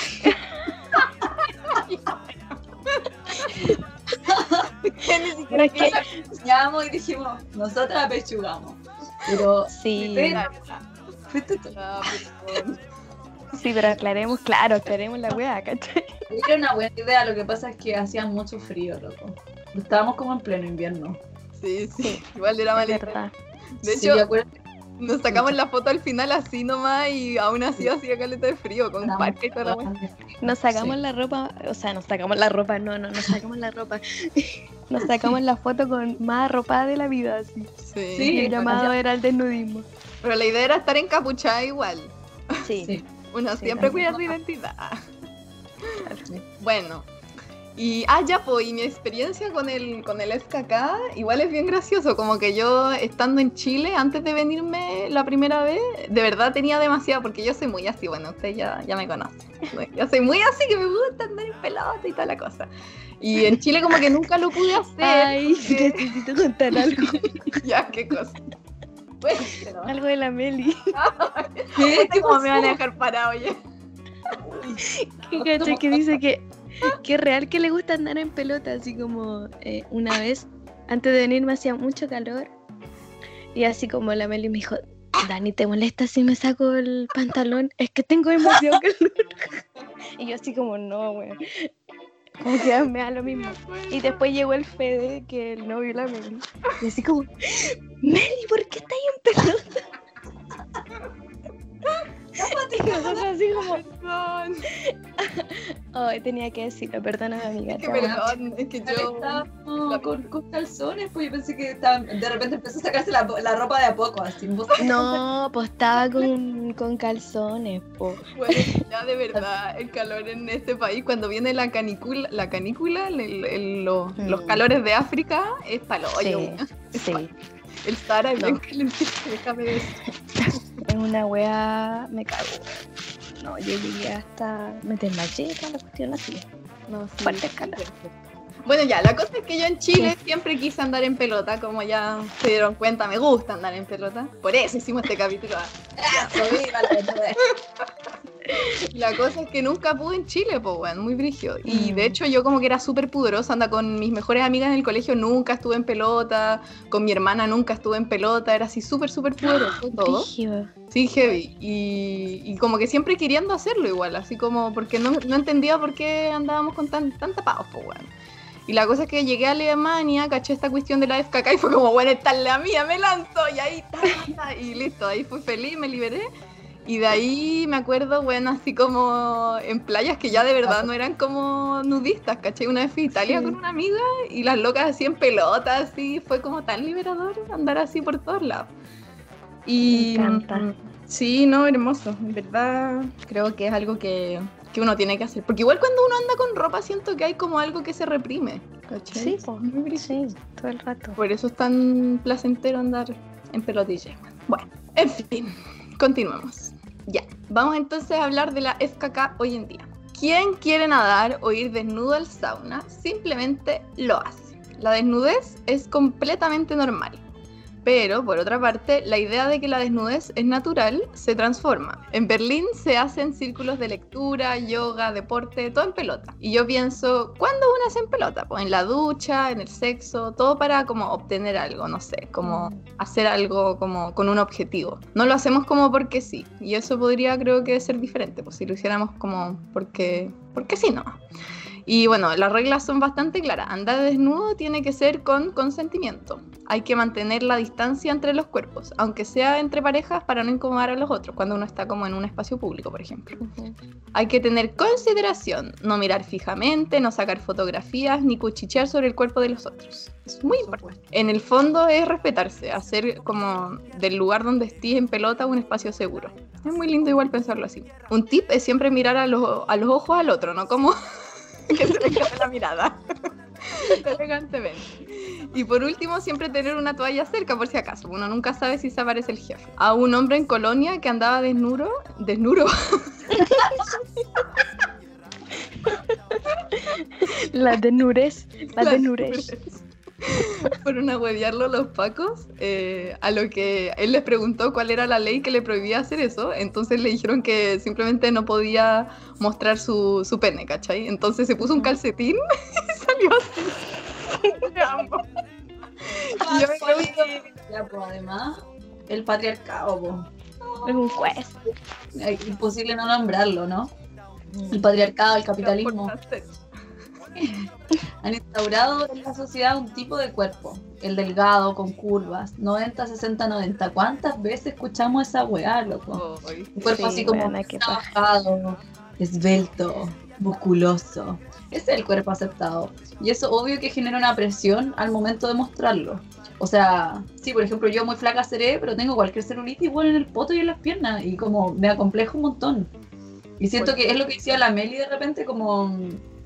Que ni siquiera Es que- Llamamos y dijimos, nosotras apechugamos. Pero Sí, fuiste tú. Ah, perdón. sí, pero aclaremos la weá, ¿cachai? Era una buena idea, lo que pasa es que hacía mucho frío, loco. Estábamos como en pleno invierno. Sí, sí, igual era Es mal. verdad. De Sí, hecho, acuérdate. nos sacamos la foto al final así nomás y aún así hacía caleta de frío con parque y toda la wea. Nos sacamos Sí. la ropa, o sea, nos sacamos la ropa, no nos sacamos la ropa. Nos sacamos la foto con más arropada de la vida, así. Sí. Sí. Y el llamado era el desnudismo. Pero la idea era estar encapuchada igual. Sí. Sí. Uno Sí, siempre también. cuida su identidad. Bueno, Y, ya, pues, y mi experiencia con el FKK igual es bien gracioso, como que yo estando en Chile, antes de venirme la primera vez, de verdad tenía demasiado, porque yo soy muy así, bueno, ustedes ya me conocen, yo soy muy así, que me gusta andar en pelota y toda la cosa. Y en Chile como que nunca lo pude hacer. Ay, necesito contar algo. Ya, ¿qué cosa? Bueno, Algo de la Meli. ¿Qué? ¿Cómo me van a dejar parado, oye? Que caché que dice que es real que le gusta andar en pelota, así como una vez, antes de venirme hacía mucho calor, y así como la Meli me dijo, Dani, ¿te molesta si me saco el pantalón? Es que tengo demasiado calor. Y yo así como, no, güey. Como que me da lo mismo. Y después llegó el Fede, que el novio de la Meli, y así como, Meli, ¿por qué estás en pelota? Y nosotros así como, Perdón. ay, tenía que decirlo, perdóname, amiga. Que perdón, es que yo... Estábamos con calzones, pues yo pensé que de repente empezó a sacarse la ropa de a poco, así. No, pues estaba con calzones, pues. Bueno, ya de verdad, el calor en este país, cuando viene la canícula, los calores de África, es palo. Sí, sí. El Sahara es No. bien calentito, déjame ver. Es una wea, me cago. No, yo llegué hasta meter la yeta, la cuestión así. No, sí. Fuerte calor. Bueno, ya, la cosa es que yo en Chile siempre quise andar en pelota, como ya se dieron cuenta, me gusta andar en pelota. Por eso hicimos este capítulo. ¡Viva la pelota! La cosa es que nunca pude en Chile, pues, bueno, muy brígido. Y de hecho yo como que era súper pudorosa, anda con mis mejores amigas en el colegio, nunca estuve en pelota, con mi hermana nunca estuve en pelota, era así súper pudoroso todo. Brígido. Sí, heavy. Y como que siempre queriendo hacerlo igual, así como porque no entendía por qué andábamos con tan tapados, pues, bueno. Y la cosa es que llegué a Alemania, caché esta cuestión de la FKK y fue como, bueno, esta es la mía, me lanzo, y ahí, y listo, ahí fui feliz, me liberé. Y de ahí me acuerdo, bueno, así como en playas que ya de verdad no eran como nudistas, ¿cachai? Una vez fui a Italia con una amiga y las locas así en pelotas, así, fue como tan liberador andar así por todos lados. Y Me encanta. Sí, no, hermoso, en verdad creo que es algo que uno tiene que hacer. Porque igual cuando uno anda con ropa siento que hay como algo que se reprime, ¿cachai? Sí, pues, sí, todo el rato. Por eso es tan placentero andar en pelotilla. Bueno, en fin, continuemos. Ya, vamos entonces a hablar de la FKK hoy en día. ¿Quién quiere nadar o ir desnudo al sauna? Simplemente lo hace. La desnudez es completamente normal. Pero, por otra parte, la idea de que la desnudez es natural se transforma. En Berlín se hacen círculos de lectura, yoga, deporte, todo en pelota. Y yo pienso, ¿cuándo uno hace en pelota? Pues en la ducha, en el sexo, todo para como obtener algo, no sé, como hacer algo como con un objetivo. No lo hacemos como porque sí. Y eso podría, creo que, ser diferente, pues si lo hiciéramos como porque sí, no. Y bueno, las reglas son bastante claras. Andar desnudo tiene que ser con consentimiento. Hay que mantener la distancia entre los cuerpos, aunque sea entre parejas para no incomodar a los otros, cuando uno está como en un espacio público, por ejemplo. Hay que tener consideración, no mirar fijamente, no sacar fotografías, ni cuchichear sobre el cuerpo de los otros. Es muy importante. En el fondo es respetarse, hacer como del lugar donde estés en pelota un espacio seguro. Es muy lindo igual pensarlo así. Un tip es siempre mirar a los ojos al otro, ¿no? Como... que se le cae la mirada elegantemente. Y por último, siempre tener una toalla cerca por si acaso. Uno nunca sabe si se aparece el jefe. A un hombre en Colonia que andaba desnudo La desnudez. fueron a huevearlo los pacos, a lo que él les preguntó cuál era la ley que le prohibía hacer eso, entonces le dijeron que simplemente no podía mostrar su pene, ¿cachai? Entonces se puso un calcetín y salió así. Y yo me pregunto, Ya, pues además, el patriarcado, pues. Es un juez. Es imposible no nombrarlo, ¿no? El patriarcado, el capitalismo. Han instaurado en la sociedad un tipo de cuerpo, el delgado, con curvas, 90, 60, 90. ¿Cuántas veces escuchamos esa weá, loco? Un cuerpo Sí, así como weona, qué paja. trabajado, esbelto, musculoso. Ese es el cuerpo aceptado. Y eso obvio que genera una presión al momento de mostrarlo. O sea, sí, por ejemplo, yo muy flaca seré, pero tengo cualquier celulitis igual en el poto y en las piernas. Y como me acomplejo un montón. Y siento que es lo que decía la Meli de repente, como...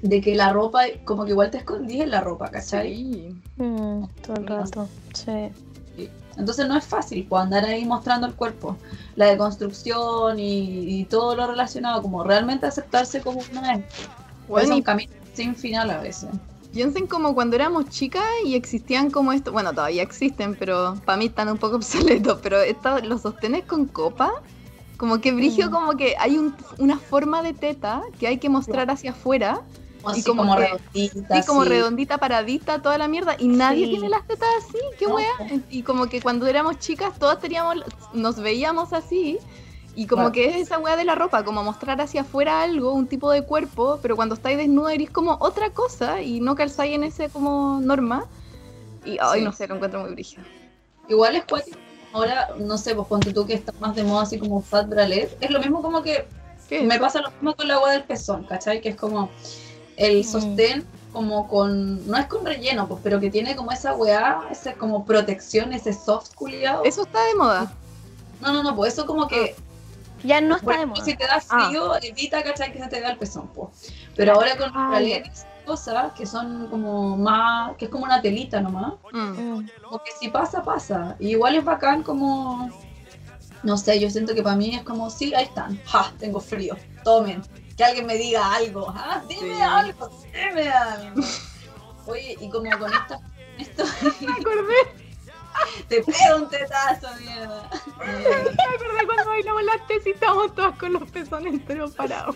de que la ropa, como que igual te escondís en la ropa, ¿cachai? Sí. Todo el rato, sí. Entonces no es fácil pues, andar ahí mostrando el cuerpo, la deconstrucción y todo lo relacionado, como realmente aceptarse como una es. Bueno, Es un y camino sin final a veces. piensen como cuando éramos chicas y existían como esto, bueno, todavía existen, pero para mí están un poco obsoletos, pero los sostenes con copa, como que brigio, como que hay una forma de teta que hay que mostrar hacia afuera. Así como como que- redondita. Sí, como así. redondita, paradita, toda la mierda. Y nadie Sí. tiene las tetas así, qué No, wea. Y como que cuando éramos chicas, todas nos veíamos así. Y como Claro. que es esa wea de la ropa, como mostrar hacia afuera algo, un tipo de cuerpo, pero cuando estáis desnuda eres como otra cosa y no calzáis en ese como norma. Y ay, Sí. no sé, lo encuentro muy brígido. Igual es cuático. Ahora, no sé, pues ponte tú que está más de moda así como fat bralette. Es lo mismo como que ¿Qué es me eso? pasa lo mismo con la agua del pezón, ¿cachai? Que es como el sostén como con, no es con relleno, pues, pero que tiene como esa weá, esa como protección, ese soft culiado. Eso está de moda. No, pues eso como que, Ya no está por de ejemplo, moda. si te da frío, evita, ¿cachai? Que se te vea el pezón, pues. Pero ahora con Ah, bralettes, cosas que son como más, que es como una telita nomás, Mm. como que si pasa, pasa. Y igual es bacán como, no sé, yo siento que para mí es como, sí, ahí están, ja, tengo frío, tomen, que alguien me diga algo, ah, dime Sí. algo, dime algo. Oye, y como con esto Me acordé, te pego un tetazo, mierda. me acordé cuando bailamos las tesis y estábamos todas con los pezones enteros parados.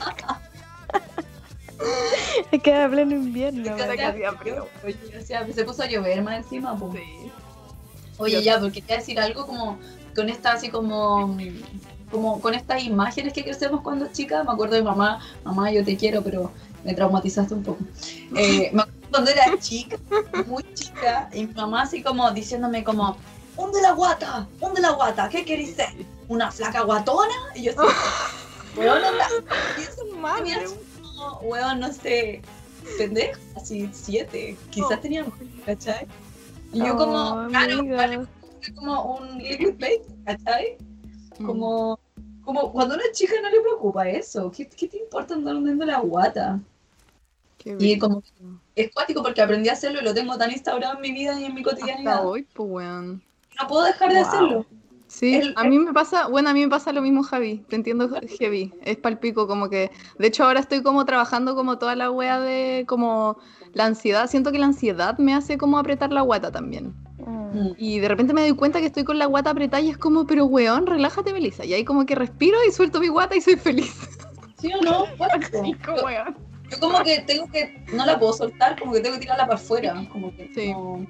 Es que era pleno invierno. Que Ahora que hacía hacía frío. Oye, o sea, se puso a llover más encima, pues. Sí. Oye, ya, porque quería decir algo como con esta, así como con estas imágenes que crecemos cuando chica. Me acuerdo de mamá, yo te quiero, pero me traumatizaste un poco. Me acuerdo cuando era chica, muy chica, y mi mamá así como diciéndome como, hunde la guata, ¿qué querés ser? ¿Una flaca guatona? Y yo así, weón, anda, y eso Madre, tenía como, weón, no sé, pendejo, así 7, quizás tenía más, ¿cachai? Y yo como, claro, amiga. como un liquid bait, ¿cachai? Como cuando a una chica no le preocupa eso, ¿qué te importa andar hundiendo la guata? Qué Y brígido. como es cuático porque aprendí a hacerlo y lo tengo tan instaurado en mi vida y en mi Hasta cotidianidad. hoy, pues weón. No puedo dejar de Wow. hacerlo. Sí, El- a mí me pasa lo mismo, Javi. Te entiendo, heavy. Es palpico, como que. De hecho, ahora estoy como trabajando como toda la wea de como la ansiedad. Siento que la ansiedad me hace como apretar la guata también. Mm. Y de repente me doy cuenta que estoy con la guata apretada y es como, pero weón, relájate, Melissa. Y ahí como que respiro y suelto mi guata y soy feliz. ¿Sí o no? Cuático. Chico, weón. Yo como que no la puedo soltar, como que tengo que tirarla para afuera. Como que Sí. no.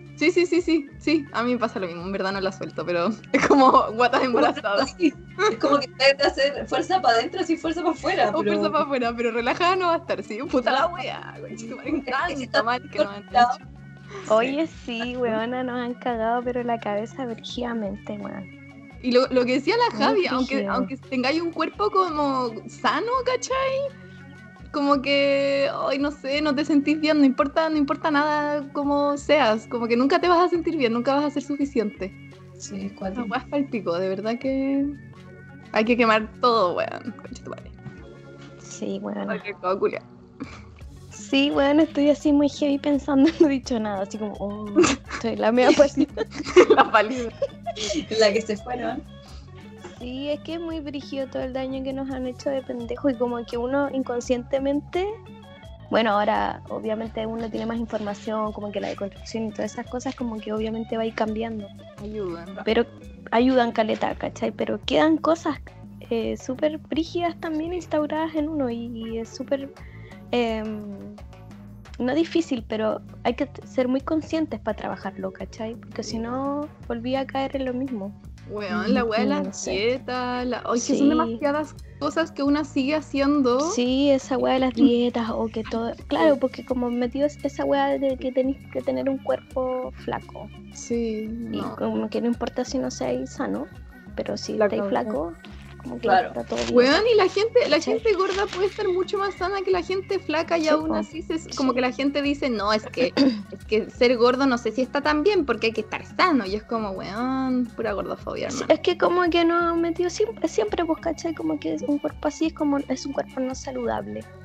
Sí, a mí me pasa lo mismo. En verdad no la suelto, pero es como guatas embarazadas. Sí, es como que tengo que hacer fuerza para adentro y fuerza para afuera. O Pero fuerza para afuera, pero relajada no va a estar, sí. Puta la wea, güey. Me encanta mal que no han hecho. Oye, sí, weona, nos han cagado, pero la cabeza brígidamente, weón. Y lo que decía la Muy Javi, brígido. aunque tengáis un cuerpo como sano, ¿cachai? Como que, ay, no sé, no te sentís bien, no importa nada como seas, como que nunca te vas a sentir bien, nunca vas a ser suficiente. sí, es La cuático. weá es palpico, de verdad que hay que quemar todo, weón. Conchetumare. Sí, weona. Ay, qué cosa culia. Sí, weón, estoy así muy heavy pensando, no he dicho nada, así como, oh, estoy la media pasita. La pálida. La que se fueron. Sí, es que es muy brígido todo el daño que nos han hecho de pendejo y como que uno inconscientemente, bueno, ahora obviamente uno tiene más información, como que la deconstrucción y todas esas cosas como que obviamente va a ir cambiando, Ayudan. pero ayudan caleta, ¿cachai? Pero quedan cosas súper brígidas también instauradas en uno y es súper, no difícil, pero hay que ser muy conscientes para trabajarlo, ¿cachai? Porque si no, volví a caer en lo mismo. Weón, la weá de No las sé. dietas, oye, Sí. son demasiadas cosas que una sigue haciendo. Sí, esa weá de las dietas o que todo. Claro, porque como metido esa weá de que tenéis que tener un cuerpo flaco. Sí, Y no. como que no importa si no seáis sano, pero si La estáis cagó. flaco, como que Claro. está todo bien. Weón, y la ¿Cachai? gente gorda puede estar mucho más sana que la gente flaca y Sí, aún po. así como que la gente dice, no, es que ser gordo no sé si está tan bien porque hay que estar sano. Y es como, weón, pura gordofobia, Sí, hermano. es que como que nos han metido siempre, pues, ¿cachai? Como que un cuerpo así es un cuerpo no saludable.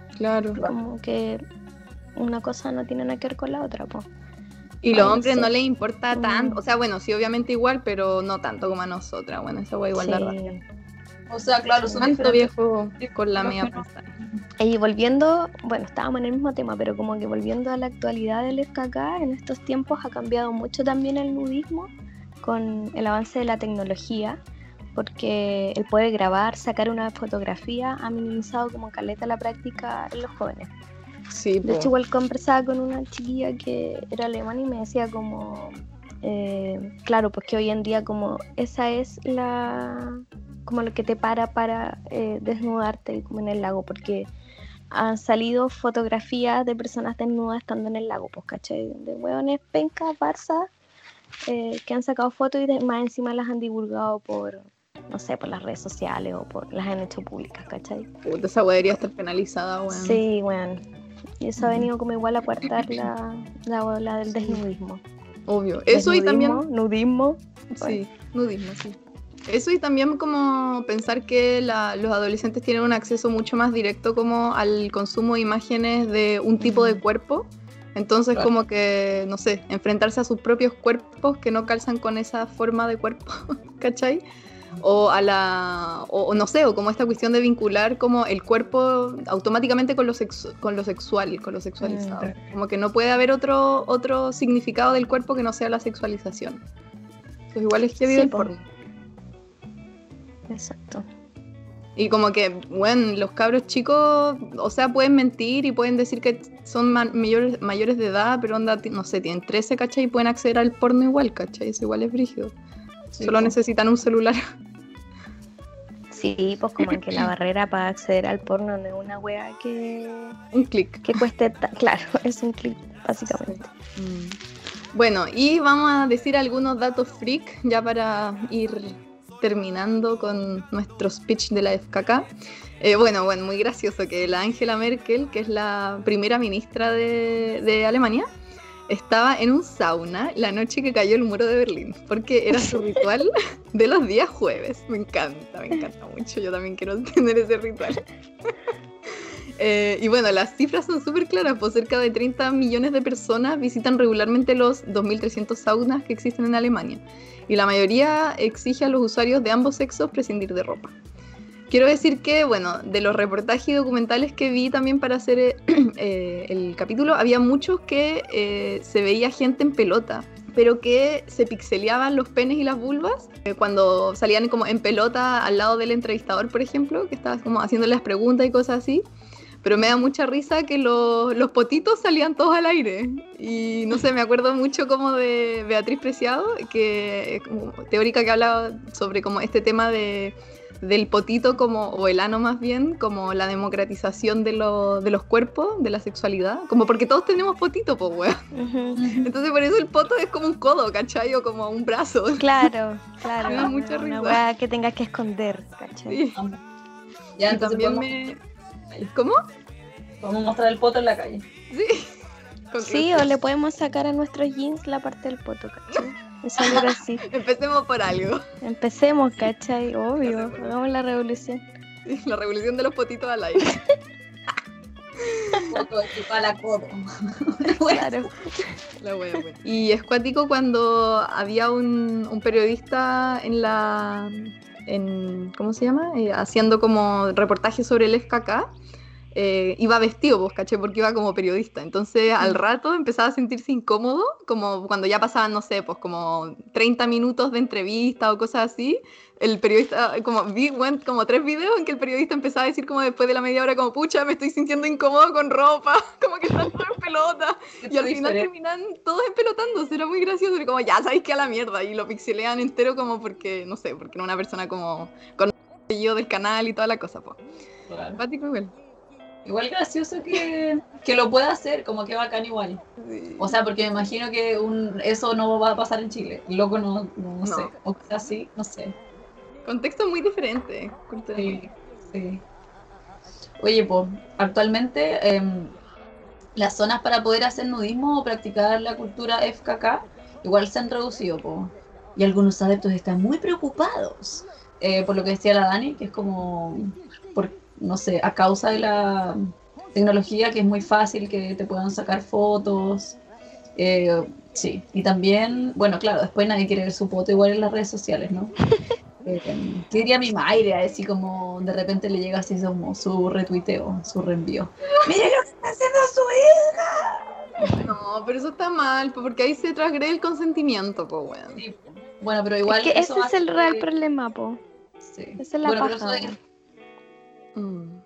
Claro. Como que una cosa no tiene nada que ver con la otra, pues. Y los Ay, no hombres no sé. les importa tanto, o sea, bueno, sí, obviamente igual, pero no tanto como a nosotras. Bueno, esa wea igual da rabia. Sí. O sea, claro, son ¿Cuánto diferentes viejo con la los media que no- pensada? Y volviendo, bueno, estábamos en el mismo tema, pero como que volviendo a la actualidad del FKK, en estos tiempos ha cambiado mucho también el nudismo con el avance de la tecnología, porque el poder grabar, sacar una fotografía ha minimizado como caleta la práctica en los jóvenes. Sí, De hecho, igual conversaba con una chiquilla que era alemana y me decía como, claro, pues que hoy en día como esa es como lo que te para desnudarte como en el lago, porque han salido fotografías de personas desnudas estando en el lago, pues, ¿cachai? De hueones, pencas, Barça, que han sacado fotos y más encima las han divulgado por, no sé, por las redes sociales o las han hecho públicas, ¿cachai? puta, esa wea debería estar penalizada, weón. Sí, bueno. Y eso ha venido como igual a coartar la ola del desnudismo. Obvio. Eso y también... Nudismo. Sí, nudismo, sí. Eso y también como pensar que los adolescentes tienen un acceso mucho más directo como al consumo de imágenes de un tipo de cuerpo. Entonces Claro. como que, no sé, enfrentarse a sus propios cuerpos que no calzan con esa forma de cuerpo, ¿cachai? O o no sé, o como esta cuestión de vincular como el cuerpo automáticamente con lo sexual, con lo sexualizado. Como que no puede haber otro significado del cuerpo que no sea la sexualización. Pues igual es que vive Sí, el po. porno. Exacto. Y como que, bueno, los cabros chicos, o sea, pueden mentir y pueden decir que son mayores de edad, pero onda, no sé, tienen 13, ¿cachai? Y pueden acceder al porno igual, ¿cachai? Eso igual es brígido. Sí, Solo po. necesitan un celular. Sí, pues como que la barrera para acceder al porno no es una wea que Un clic. cueste, claro, es un clic, básicamente. Bueno, y vamos a decir algunos datos freak ya para ir terminando con nuestro speech de la FKK. Bueno, muy gracioso que la Angela Merkel, que es la primera ministra de Alemania, estaba en un sauna la noche que cayó el muro de Berlín, porque era su ritual de los días jueves. Me encanta mucho. Yo también quiero tener ese ritual. Y bueno, las cifras son súper claras, pues cerca de 30 millones de personas visitan regularmente los 2.300 saunas que existen en Alemania, y la mayoría exige a los usuarios de ambos sexos prescindir de ropa. Quiero decir que, bueno, de los reportajes y documentales que vi también para hacer el capítulo, había muchos que se veía gente en pelota, pero que se pixeleaban los penes y las vulvas cuando salían como en pelota al lado del entrevistador, por ejemplo, que estaba como haciéndole las preguntas y cosas así. Pero me da mucha risa que los potitos salían todos al aire. Y no sé, me acuerdo mucho como de Beatriz Preciado, que es como teórica que hablaba sobre como este tema del potito como, o el ano más bien, como la democratización de los cuerpos, de la sexualidad. Como porque todos tenemos potito, pues, weón. Entonces por eso el poto es como un codo, ¿cachai? O como un brazo. Claro. Me da mucha Una risa. wea que tengas que esconder, ¿cachai? Sí. Ya, Y entonces también ¿Cómo? podemos mostrar el poto en la calle. Sí. Con Sí, o le podemos sacar a nuestros jeans la parte del poto, ¿cachai? Y salir así. Empecemos por algo. Empecemos, ¿cachai? Obvio, hagamos la revolución. Sí, la revolución de los potitos al aire. Poto equipar la codo. Claro. La wea, wea. Y es cuático cuando había un periodista ¿cómo se llama? Haciendo como reportajes sobre el FKK. Iba vestido, pues, caché, porque iba como periodista. Entonces, al rato empezaba a sentirse incómodo, como cuando ya pasaban, no sé, pues como 30 minutos de entrevista o cosas así. El periodista, como 3 videos en que el periodista empezaba a decir como después de la media hora, como, pucha, me estoy sintiendo incómodo con ropa, como que están todos en pelota. Y al final terminan todos empelotándose, era muy gracioso. Y como, ya sabéis que a la mierda. Y lo pixelean entero como porque, no sé, porque era una persona como con el apellido del canal y toda la cosa, pues. Claro. Simpático igual. Igual gracioso que lo pueda hacer, como que bacán igual. Sí. O sea, porque me imagino que eso no va a pasar en Chile. El loco no sé. O quizás sí, no sé. Contexto muy diferente. Sí, sí. Oye, pues, actualmente las zonas para poder hacer nudismo o practicar la cultura FKK igual se han reducido, pues. Y algunos adeptos están muy preocupados por lo que decía la Dani, que es como, no sé, a causa de tecnología que es muy fácil que te puedan sacar fotos. Sí, y también, bueno, claro, después nadie quiere ver su foto igual en las redes sociales, ¿no? ¿Qué diría mi madre? Así como de repente le llega así como su retuiteo, su reenvío. ¡Mire lo que está haciendo su hija! No, pero eso está mal, porque ahí se transgrede el consentimiento, pues, weón. Sí, bueno, pero igual Es que eso ese es hace el real que... problema, po. Sí. Esa es la Bueno, pero paja, eso, weón.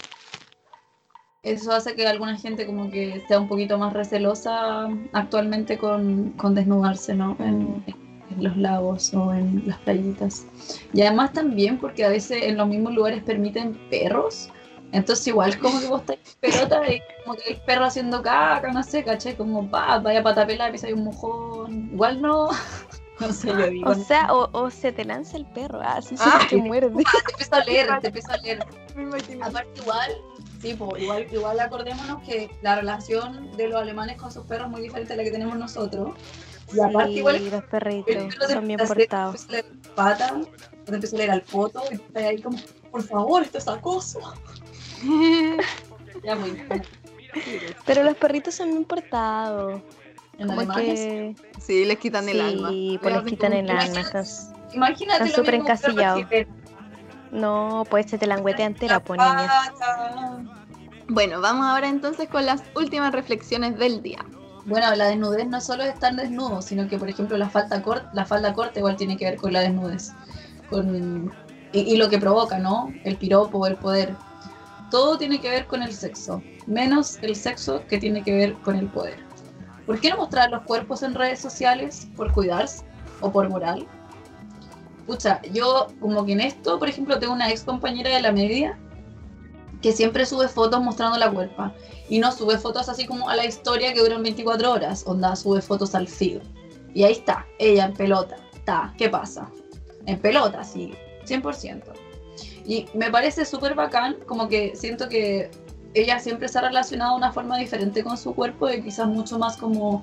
eso hace que alguna gente como que sea un poquito más recelosa actualmente con desnudarse, ¿no? En los lagos o en las playitas. Y además también porque a veces en los mismos lugares permiten perros. Entonces igual como que vos estáis en pelota y como que el perro haciendo caca, no sé, ¿cachai? Como vaya patapela, y hay un mojón. Igual no, no sé, yo digo. O sea, o se te lanza el perro, así Ah, se te muerde. Te empiezo a leer, te empiezo a leer. Me imagino. Aparte igual, sí, pues, igual acordémonos que la relación de los alemanes con sus perros es muy diferente a la que tenemos nosotros. Y aparte Sí, igual los perritos son bien te portados. empieza a leer pata, te empieza a leer al poto y estás ahí como, por favor, esto es acoso. Ya muy bien. Pero los perritos son bien portados. En Como alemanes. que Sí, les quitan el alma. sí, pues les hacen quitan como- el alma. Imagínate están lo súper mismo que encasillados. chileno. No, pues se te languetea entera, La pues niña. pata. Bueno, vamos ahora entonces con las últimas reflexiones del día. Bueno, la desnudez no solo es estar desnudo, sino que, por ejemplo, la falda corta igual tiene que ver con la desnudez. Y lo que provoca, ¿no? El piropo, el poder. Todo tiene que ver con el sexo, menos el sexo que tiene que ver con el poder. ¿Por qué no mostrar los cuerpos en redes sociales? ¿Por cuidarse? ¿O por moral? Pucha, yo como que en esto, por ejemplo, tengo una ex compañera de la media que siempre sube fotos mostrando la cuerpa. Y no sube fotos así como a la historia que duran 24 horas. Onda, sube fotos al feed. Y ahí está, ella en pelota. ¿Qué pasa? En pelota, sí, 100%. Y me parece súper bacán, como que siento que ella siempre se ha relacionado de una forma diferente con su cuerpo, y quizás mucho más como...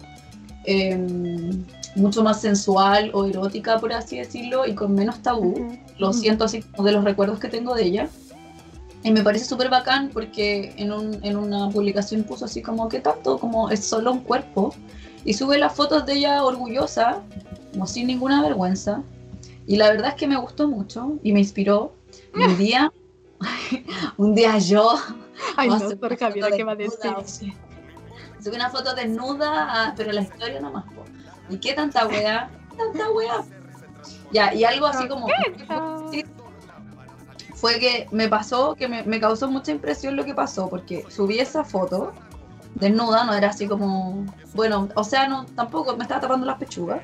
mucho más sensual o erótica, por así decirlo, y con menos tabú. Lo siento así como de los recuerdos que tengo de ella. Y me parece súper bacán porque en una publicación puso así como que tanto como es solo un cuerpo, y sube las fotos de ella orgullosa, como sin ninguna vergüenza. Y la verdad es que me gustó mucho y me inspiró. Y un día yo... Ay, vamos no, a hacer una Sor Javiera, foto ¿qué va a desnuda, decir? subí una foto desnuda, pero la historia nomás, po. ¿Y qué tanta weá? ¿Tanta weá? Ya, y algo así como... Sí, fue que me pasó, que me causó mucha impresión lo que pasó, porque subí esa foto desnuda, no era así como... Bueno, o sea, no, tampoco, me estaba tapando las pechugas.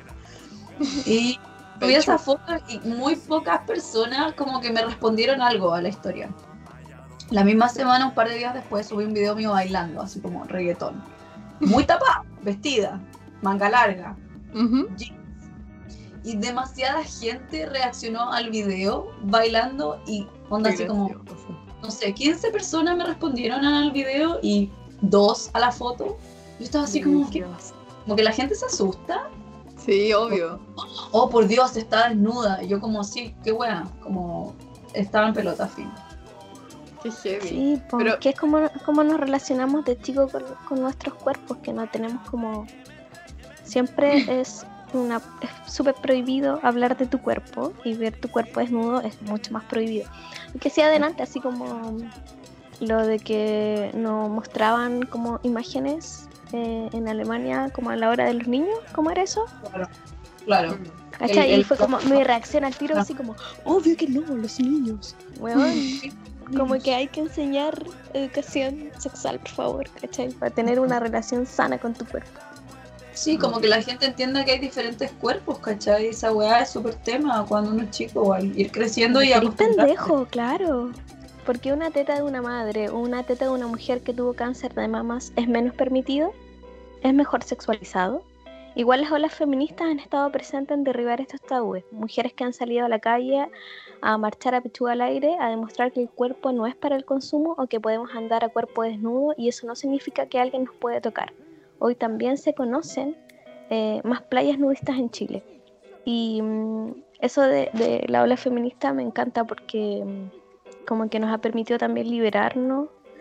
Y subí esa foto y muy pocas personas como que me respondieron algo a la historia. La misma semana, un par de días después, subí un video mío bailando, así como reggaetón. Muy tapada, vestida, manga larga, jeans. Y demasiada gente reaccionó al video bailando y onda así como, no sé, 15 personas me respondieron al video y 2 a la foto. Yo estaba así como, ¿qué pasa? Como que la gente se asusta. Sí, obvio. Oh, por Dios, está desnuda. Y yo como, sí, qué wea, como estaba en pelota, fin. Qué heavy. Sí, porque Pero- es como nos relacionamos de chico con nuestros cuerpos, que no tenemos como... Siempre es súper prohibido hablar de tu cuerpo, y ver tu cuerpo desnudo es mucho más prohibido. Y que sí, adelante, así como lo de que nos mostraban como imágenes en Alemania como a la hora de los niños, ¿cómo era eso? Claro. ¿Cachai? Y fue como mi reacción al tiro, así como, obvio que no, los niños. Weón, como que hay que enseñar educación sexual, por favor, ¿cachai? Para tener una relación sana con tu cuerpo. Sí, como que la gente entienda que hay diferentes cuerpos, ¿cachai? Esa weá es súper tema cuando uno es chico, o al ir creciendo y Eres acostumbrarse. pendejo, claro. Porque una teta de una madre o una teta de una mujer que tuvo cáncer de mamas es menos permitido, es mejor sexualizado. Igual las olas feministas han estado presentes en derribar estos tabúes. Mujeres que han salido a la calle a marchar a pechuga al aire, a demostrar que el cuerpo no es para el consumo o que podemos andar a cuerpo desnudo, y eso no significa que alguien nos puede tocar. Hoy también se conocen más playas nudistas en Chile. Y eso de la ola feminista me encanta porque como que nos ha permitido también liberarnos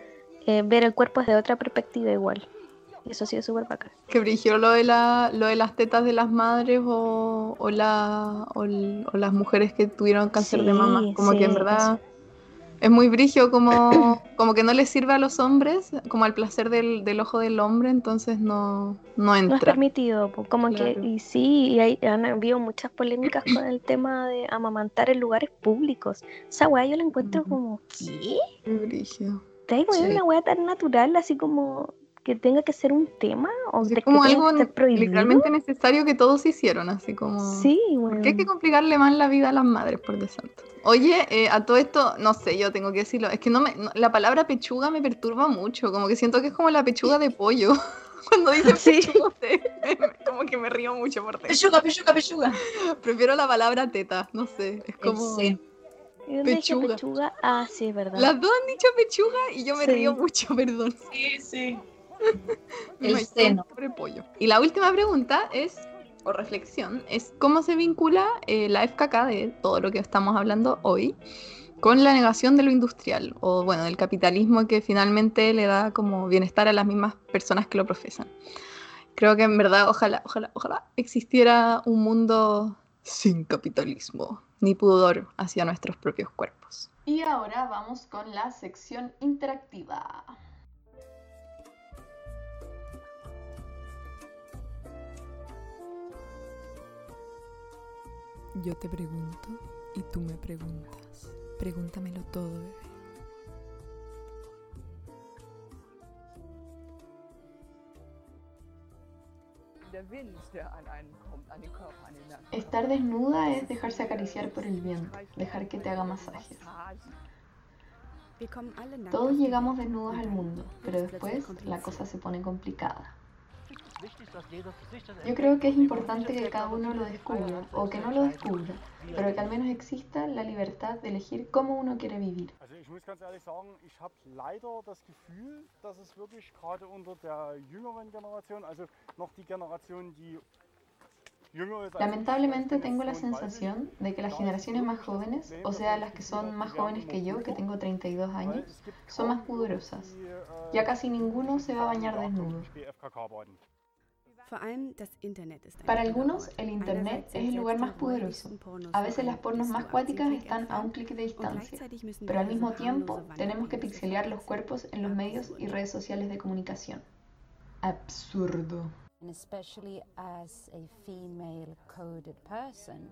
ver el cuerpo desde otra perspectiva igual. Y eso ha sido súper bacán. Que brígido lo de las tetas de las madres o las mujeres que tuvieron cáncer de mama. Sí, Como que en sí, verdad es muy brígido, como que no les sirve a los hombres, como al placer del ojo del hombre, entonces no no es entra. permitido, po, como Claro. que, y sí, han habido muchas polémicas con el tema de amamantar en lugares públicos. Esa weá yo la encuentro como, ¿qué? Qué brígido. ¿Te das cuenta de Sí. una weá tan natural, así como que tenga que ser un tema? ¿O Así que como tenga algo que estar prohibido? literalmente necesario que todos hicieron, así como... Sí, ¿Por qué hay que weón. complicarle más la vida a las madres, por Dios santo? Oye, a todo esto, no sé, yo tengo que decirlo, es que la palabra pechuga me perturba mucho, como que siento que es como la pechuga de pollo. Cuando dicen Sí. pechuga, como que me río mucho por dentro. Pechuga, pechuga, pechuga. Prefiero la palabra teta, no sé, es El como... seno. ¿Y dónde dije Pechuga. pechuga? Ah, sí, es verdad. Las dos han dicho pechuga y yo me Sí. río mucho, perdón. Sí, sí. Me El imagino seno. un pobre pollo. Y la última pregunta es, o reflexión, es cómo se vincula la FKK de todo lo que estamos hablando hoy con la negación de lo industrial, o bueno, del capitalismo que finalmente le da como bienestar a las mismas personas que lo profesan. Creo que en verdad, ojalá existiera un mundo sin capitalismo, ni pudor hacia nuestros propios cuerpos. Y ahora vamos con la sección interactiva. Yo te pregunto y tú me preguntas. Pregúntamelo todo, bebé. Estar desnuda es dejarse acariciar por el viento, dejar que te haga masajes. Todos llegamos desnudos al mundo, pero después la cosa se pone complicada. Yo creo que es importante que cada uno lo descubra, o que no lo descubra, pero que al menos exista la libertad de elegir cómo uno quiere vivir. Also ich muss ganz ehrlich sagen, ich habe leider das Gefühl, dass es wirklich gerade unter der jüngeren Generation, also noch die Generation, die jünger ist. Lamentablemente tengo la sensación de que las generaciones más jóvenes, o sea, las que son más jóvenes que yo, que tengo 32 años, son más pudorosas. Ya casi ninguno se va a bañar desnudo. Para algunos, el Internet es el lugar más poderoso. A veces las pornos más cuáticas están a un clic de distancia, pero al mismo tiempo tenemos que pixelear los cuerpos en los medios y redes sociales de comunicación. Absurdo. And especially as a female coded person,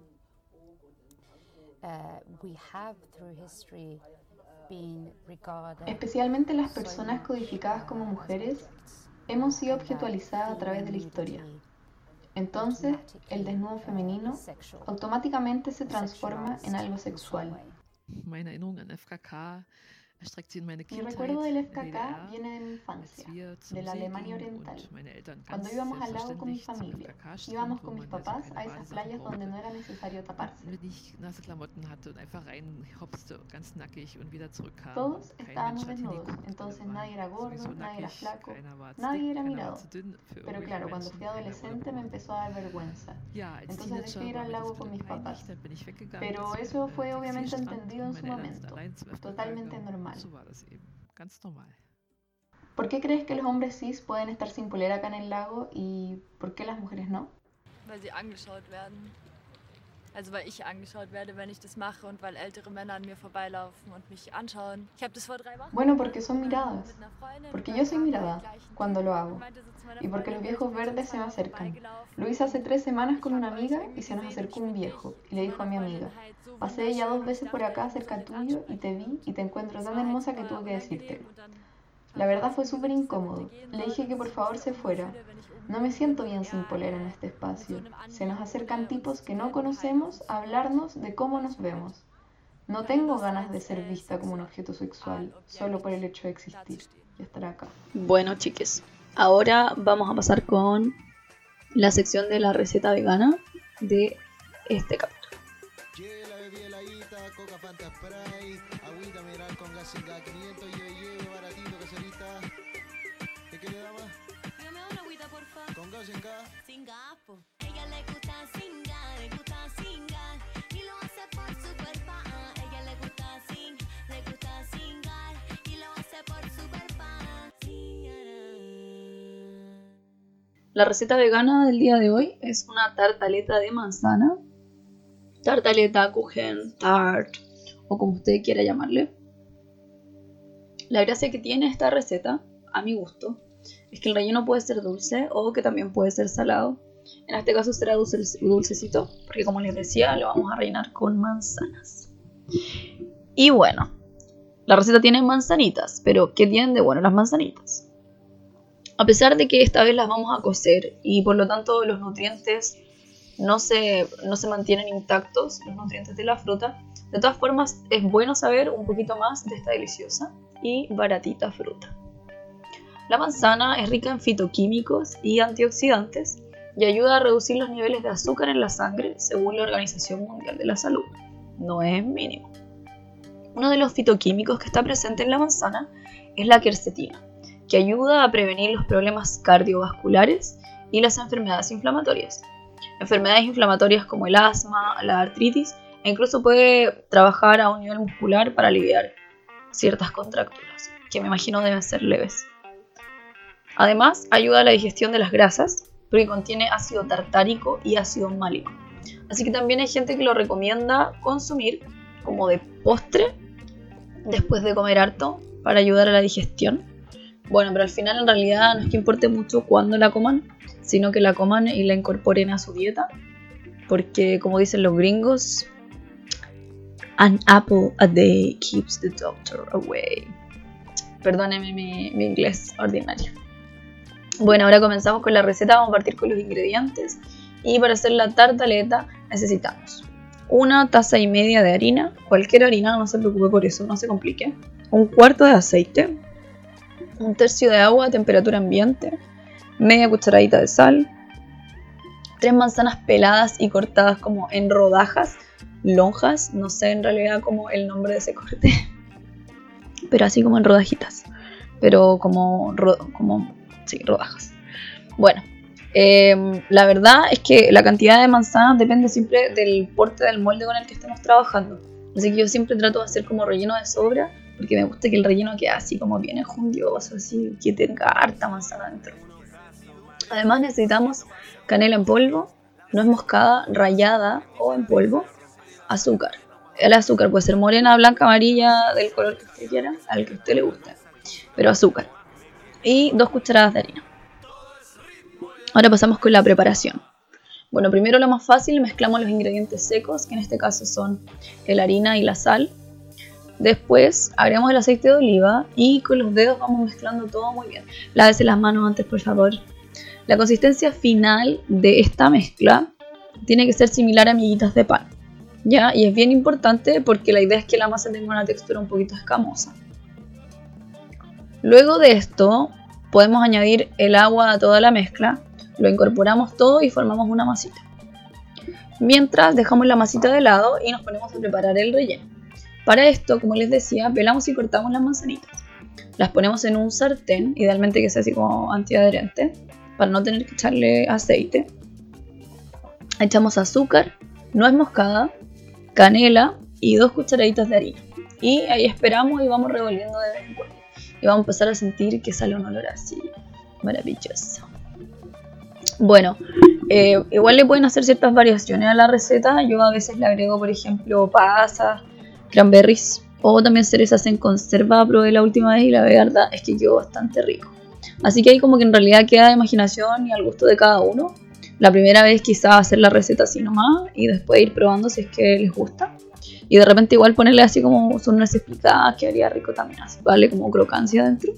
we have through history been regarded. Especialmente las personas codificadas como mujeres hemos sido objetualizadas a través de la historia. Entonces, el desnudo femenino automáticamente se transforma en algo sexual. Meine Erinnerung an FKK erstreckt sich in meine Mi Kindheit recuerdo del in der FKK DDR, viene de mi als infancia, wir zum de la See Alemania gingen Oriental. und meine Eltern Cuando ganz íbamos al lago con mi selbstverständlich zum familia, FKK-Strand, íbamos wo con mis man also papás keine a esas Badesachen playas donde brauchte. no era necesario taparse. Wenn ich nasse Klamotten hatte und einfach reinhopste, ganz nackig und wieder zurückkam. Todos Kein estábamos Mensch hat desnudos, hingeguckt, entonces alle nadie era waren gordo, sowieso nadie era nackig, flaco, keiner war zu nadie dick, era keiner war mirado. zu dünn für Pero irgendwelche claro, cuando Menschen, fui keiner wurde adolescente me berühmt. empezó a dar vergüenza. Ja, als Entonces Teenager dejé ir war al mir das lago con wieder mis peinlich, papás. dann bin ich weggegangen Pero zum eso fue obviamente Textilstrand entendido en und su meine Eltern sind momento, allein zum FKK totalmente gegangen. normal. So war das eben, ganz normal. ¿Por qué crees que los hombres cis pueden estar sin polera acá en el lago y por qué las mujeres no? Weil sie angeschaut werden. Also weil ich angeschaut werde, wenn ich das mache und weil ältere Männer an mir vorbeilaufen und mich anschauen. Ich habe das vor 3 Wochen. Bueno, porque son miradas. mit einer Freundin Porque und yo dann soy kam mirada der gleichen cuando Typ lo und hago. meinte so zu meiner Y porque los Freundin, viejos "Ja, ich bin verdes se me total acercan. vorbeigelaufen." Lo hice hace 3 semanas con Ich una hab euch amiga irgendwie y se nos gesehen, acercó ich un find viejo dich y le mit dijo a mi meiner amiga, Freundin halt so pasé ya 2 wunderschön und veces ich por dachte, acá ich muss cerca direkt tuyo y te ansprechen. vi y te encuentro Das tan war halt hermosa que super tuve que decírtelo. unangenehm und dann La hat verdad sie fue mir súper gesagt, dass er incómodo. bitte gehen Le soll, dije que dass por ich favor mich se so fuera. wohlfühle, wenn ich oben No me bin siento und bien sin er polera en este mit so espacio. einem Se nos anderen acercan Bruder tipos uns que no unterhalten conocemos und a hablarnos de cómo nos vemos. No tengo ganas de ser vista como un objeto sexual solo por el hecho de existir y estar acá. Bueno, chiques, ahora vamos a pasar con la sección de la receta vegana de este capítulo. Chela, bebida heladita, coca, fanta, spray, agüita mineral con gas sin gas, 500 lleve, baratito, caserita. ¿Qué le da más? Dígame una agüita, porfa. ¿Con gas sin gas? Sin gas, po. Ella le gusta sin gas, le gusta sin gas. Y lo hace por su cuerpo. Ella le gusta sin gas. Y lo hace por su cuerpo. La receta vegana del día de hoy es una tartaleta de manzana. Tartaleta, kuchen, tart o como usted quiera llamarle. La gracia que tiene esta receta, a mi gusto, es que el relleno puede ser dulce o que también puede ser salado. En este caso será dulcecito, porque como les decía, lo vamos a rellenar con manzanas. Y bueno, la receta tiene manzanitas, pero ¿qué tienen de bueno las manzanitas? A pesar de que esta vez las vamos a cocer y por lo tanto los nutrientes no se mantienen intactos, los nutrientes de la fruta, de todas formas es bueno saber un poquito más de esta deliciosa y baratita fruta. La manzana es rica en fitoquímicos y antioxidantes y ayuda a reducir los niveles de azúcar en la sangre según la Organización Mundial de la Salud. No es mínimo. Uno de los fitoquímicos que está presente en la manzana es la quercetina, que ayuda a prevenir los problemas cardiovasculares y las enfermedades inflamatorias. Enfermedades inflamatorias como el asma, la artritis, e incluso puede trabajar a un nivel muscular para aliviar ciertas contracturas, que me imagino deben ser leves. Además, ayuda a la digestión de las grasas, porque contiene ácido tartárico y ácido málico. Así que también hay gente que lo recomienda consumir como de postre, después de comer harto, para ayudar a la digestión. Bueno, pero al final en realidad no es que importe mucho cuándo la coman, sino que la coman y la incorporen a su dieta, porque como dicen los gringos, an apple a day keeps the doctor away. Perdónenme mi inglés ordinario. Bueno, ahora comenzamos con la receta, vamos a partir con los ingredientes. Y para hacer la tartaleta necesitamos 1,5 tazas de harina, cualquier harina, no se preocupe por eso, no se complique. 1/4 de aceite, 1/3 de agua a temperatura ambiente, media cucharadita de sal, 3 manzanas peladas y cortadas como en rodajas, lonjas, no sé en realidad como el nombre de ese corte, pero así como en rodajitas, pero sí, rodajas. Bueno, la verdad es que la cantidad de manzanas depende siempre del porte del molde con el que estemos trabajando, así que yo siempre trato de hacer como relleno de sobra, porque me gusta que el relleno quede así como bien enjundioso, así que tenga harta manzana dentro. Además necesitamos canela en polvo, nuez moscada rallada o en polvo, azúcar. El azúcar puede ser morena, blanca, amarilla, del color que usted quiera, al que a usted le guste, pero azúcar. Y 2 cucharadas de harina. Ahora pasamos con la preparación. Bueno, primero lo más fácil, mezclamos los ingredientes secos, que en este caso son la harina y la sal. Después agregamos el aceite de oliva y con los dedos vamos mezclando todo muy bien. Lávese las manos antes, por favor. La consistencia final de esta mezcla tiene que ser similar a miguitas de pan, ¿ya? Y es bien importante porque la idea es que la masa tenga una textura un poquito escamosa. Luego de esto podemos añadir el agua a toda la mezcla, lo incorporamos todo y formamos una masita. Mientras dejamos la masita de lado y nos ponemos a preparar el relleno. Para esto, como les decía, pelamos y cortamos las manzanitas. Las ponemos en un sartén, idealmente que sea así como antiadherente, para no tener que echarle aceite. Echamos azúcar, nuez moscada, canela y 2 cucharaditas de harina. Y ahí esperamos y vamos revolviendo de vez en cuando. Y vamos a empezar a sentir que sale un olor así maravilloso. Bueno, igual le pueden hacer ciertas variaciones a la receta. Yo a veces le agrego, por ejemplo, pasas, cranberries o también cerezas en conserva. Probé la última vez y la verdad es que quedó bastante rico. Así que ahí como que en realidad queda de imaginación y al gusto de cada uno. La primera vez quizás hacer la receta así nomás y después ir probando si es que les gusta. Y de repente igual ponerle así como son nueces picadas, quedaría rico también, así vale como crocancia adentro.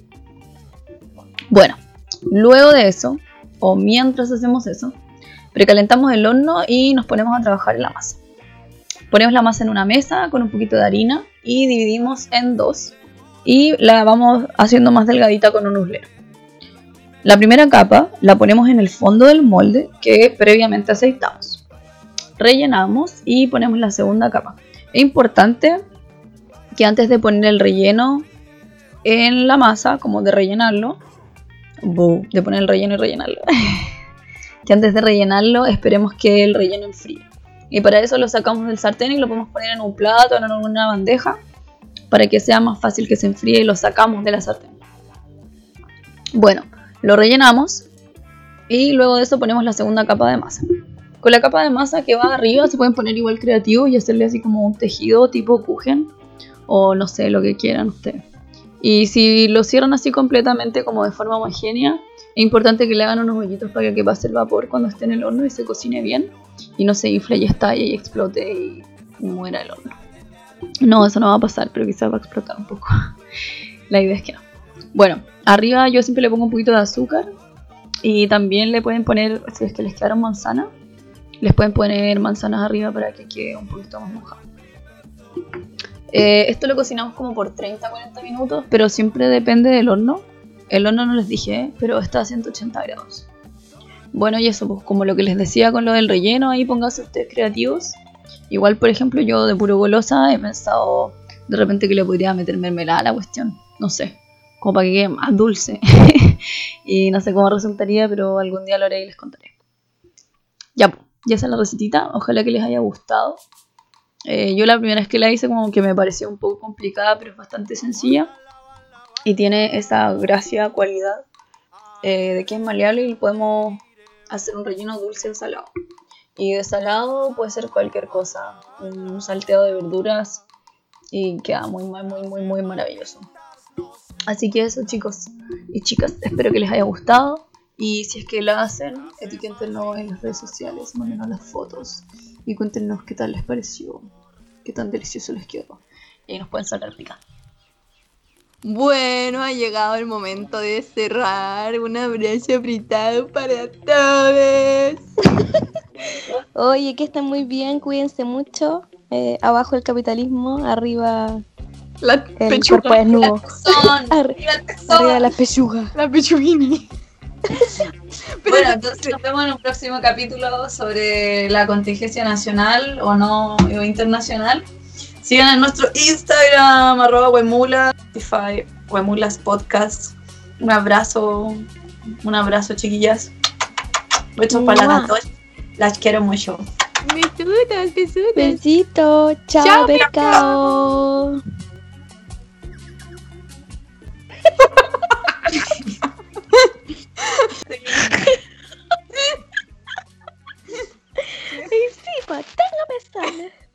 Bueno, luego de eso, o mientras hacemos eso, precalentamos el horno y nos ponemos a trabajar en la masa. Ponemos la masa en una mesa con un poquito de harina y dividimos en 2 y la vamos haciendo más delgadita con un uslero. La primera capa la ponemos en el fondo del molde que previamente aceitamos. Rellenamos y ponemos la segunda capa. Es importante que antes de poner el relleno en la masa, como de rellenarlo, de poner el relleno y rellenarlo, que antes de rellenarlo esperemos que el relleno enfríe. Y para eso lo sacamos del sartén y lo podemos poner en un plato o en una bandeja para que sea más fácil que se enfríe y lo sacamos de la sartén. Bueno, lo rellenamos Y luego de eso ponemos la segunda capa de masa. Con la capa de masa que va arriba se pueden poner igual creativos y hacerle así como un tejido tipo kuchen o no sé, lo que quieran ustedes. Y si lo cierran así completamente como de forma homogénea, es importante que le hagan unos hoyitos para que pase el vapor cuando esté en el horno y se cocine bien y no se infle y estalle y explote y muera el horno. No, eso no va a pasar, pero quizás va a explotar un poco. La idea es que no. Bueno, arriba yo siempre le pongo un poquito de azúcar y también le pueden poner, si es que les quedaron manzanas, les pueden poner manzanas arriba para que quede un poquito más mojado. Esto lo cocinamos como por 30-40 minutos, pero siempre depende del horno. El horno no les dije, pero está a 180 grados. Bueno, y eso, pues como lo que les decía con lo del relleno, ahí pónganse ustedes creativos. Igual, por ejemplo, yo de puro golosa he pensado de repente que le podría meter mermelada a la cuestión. No sé, como para que quede más dulce. Y no sé cómo resultaría, pero algún día lo haré y les contaré. Ya, pues. Ya esa es la recetita, ojalá que les haya gustado. Yo la primera vez que la hice como que me pareció un poco complicada, pero es bastante sencilla. Y tiene esa gracia, cualidad de que es maleable y podemos hacer un relleno dulce o salado. Y de salado puede ser cualquier cosa, un salteado de verduras y queda muy maravilloso. Así que eso, chicos y chicas, espero que les haya gustado. Y si es que la hacen, etiquétennos en las redes sociales, mándenos las fotos y cuéntenos qué tal les pareció, qué tan delicioso les quedó. Y ahí nos pueden sacar picando. Bueno, ha llegado el momento de cerrar. Un abrazo apretado para todos. Oye, que estén muy bien, cuídense mucho. Abajo el capitalismo, arriba La el cuerpo desnudo. Arriba la pechuga. La pechuguini. Bueno, entonces nos vemos en un próximo capítulo sobre la contingencia nacional o no o internacional. Sigan en nuestro Instagram, @Huemula, Spotify, Huemulas Podcast. Un abrazo, chiquillas. Besos para las dos. Las quiero mucho. Besitos. Besito, chao, pescado. Sí, pues, tengo que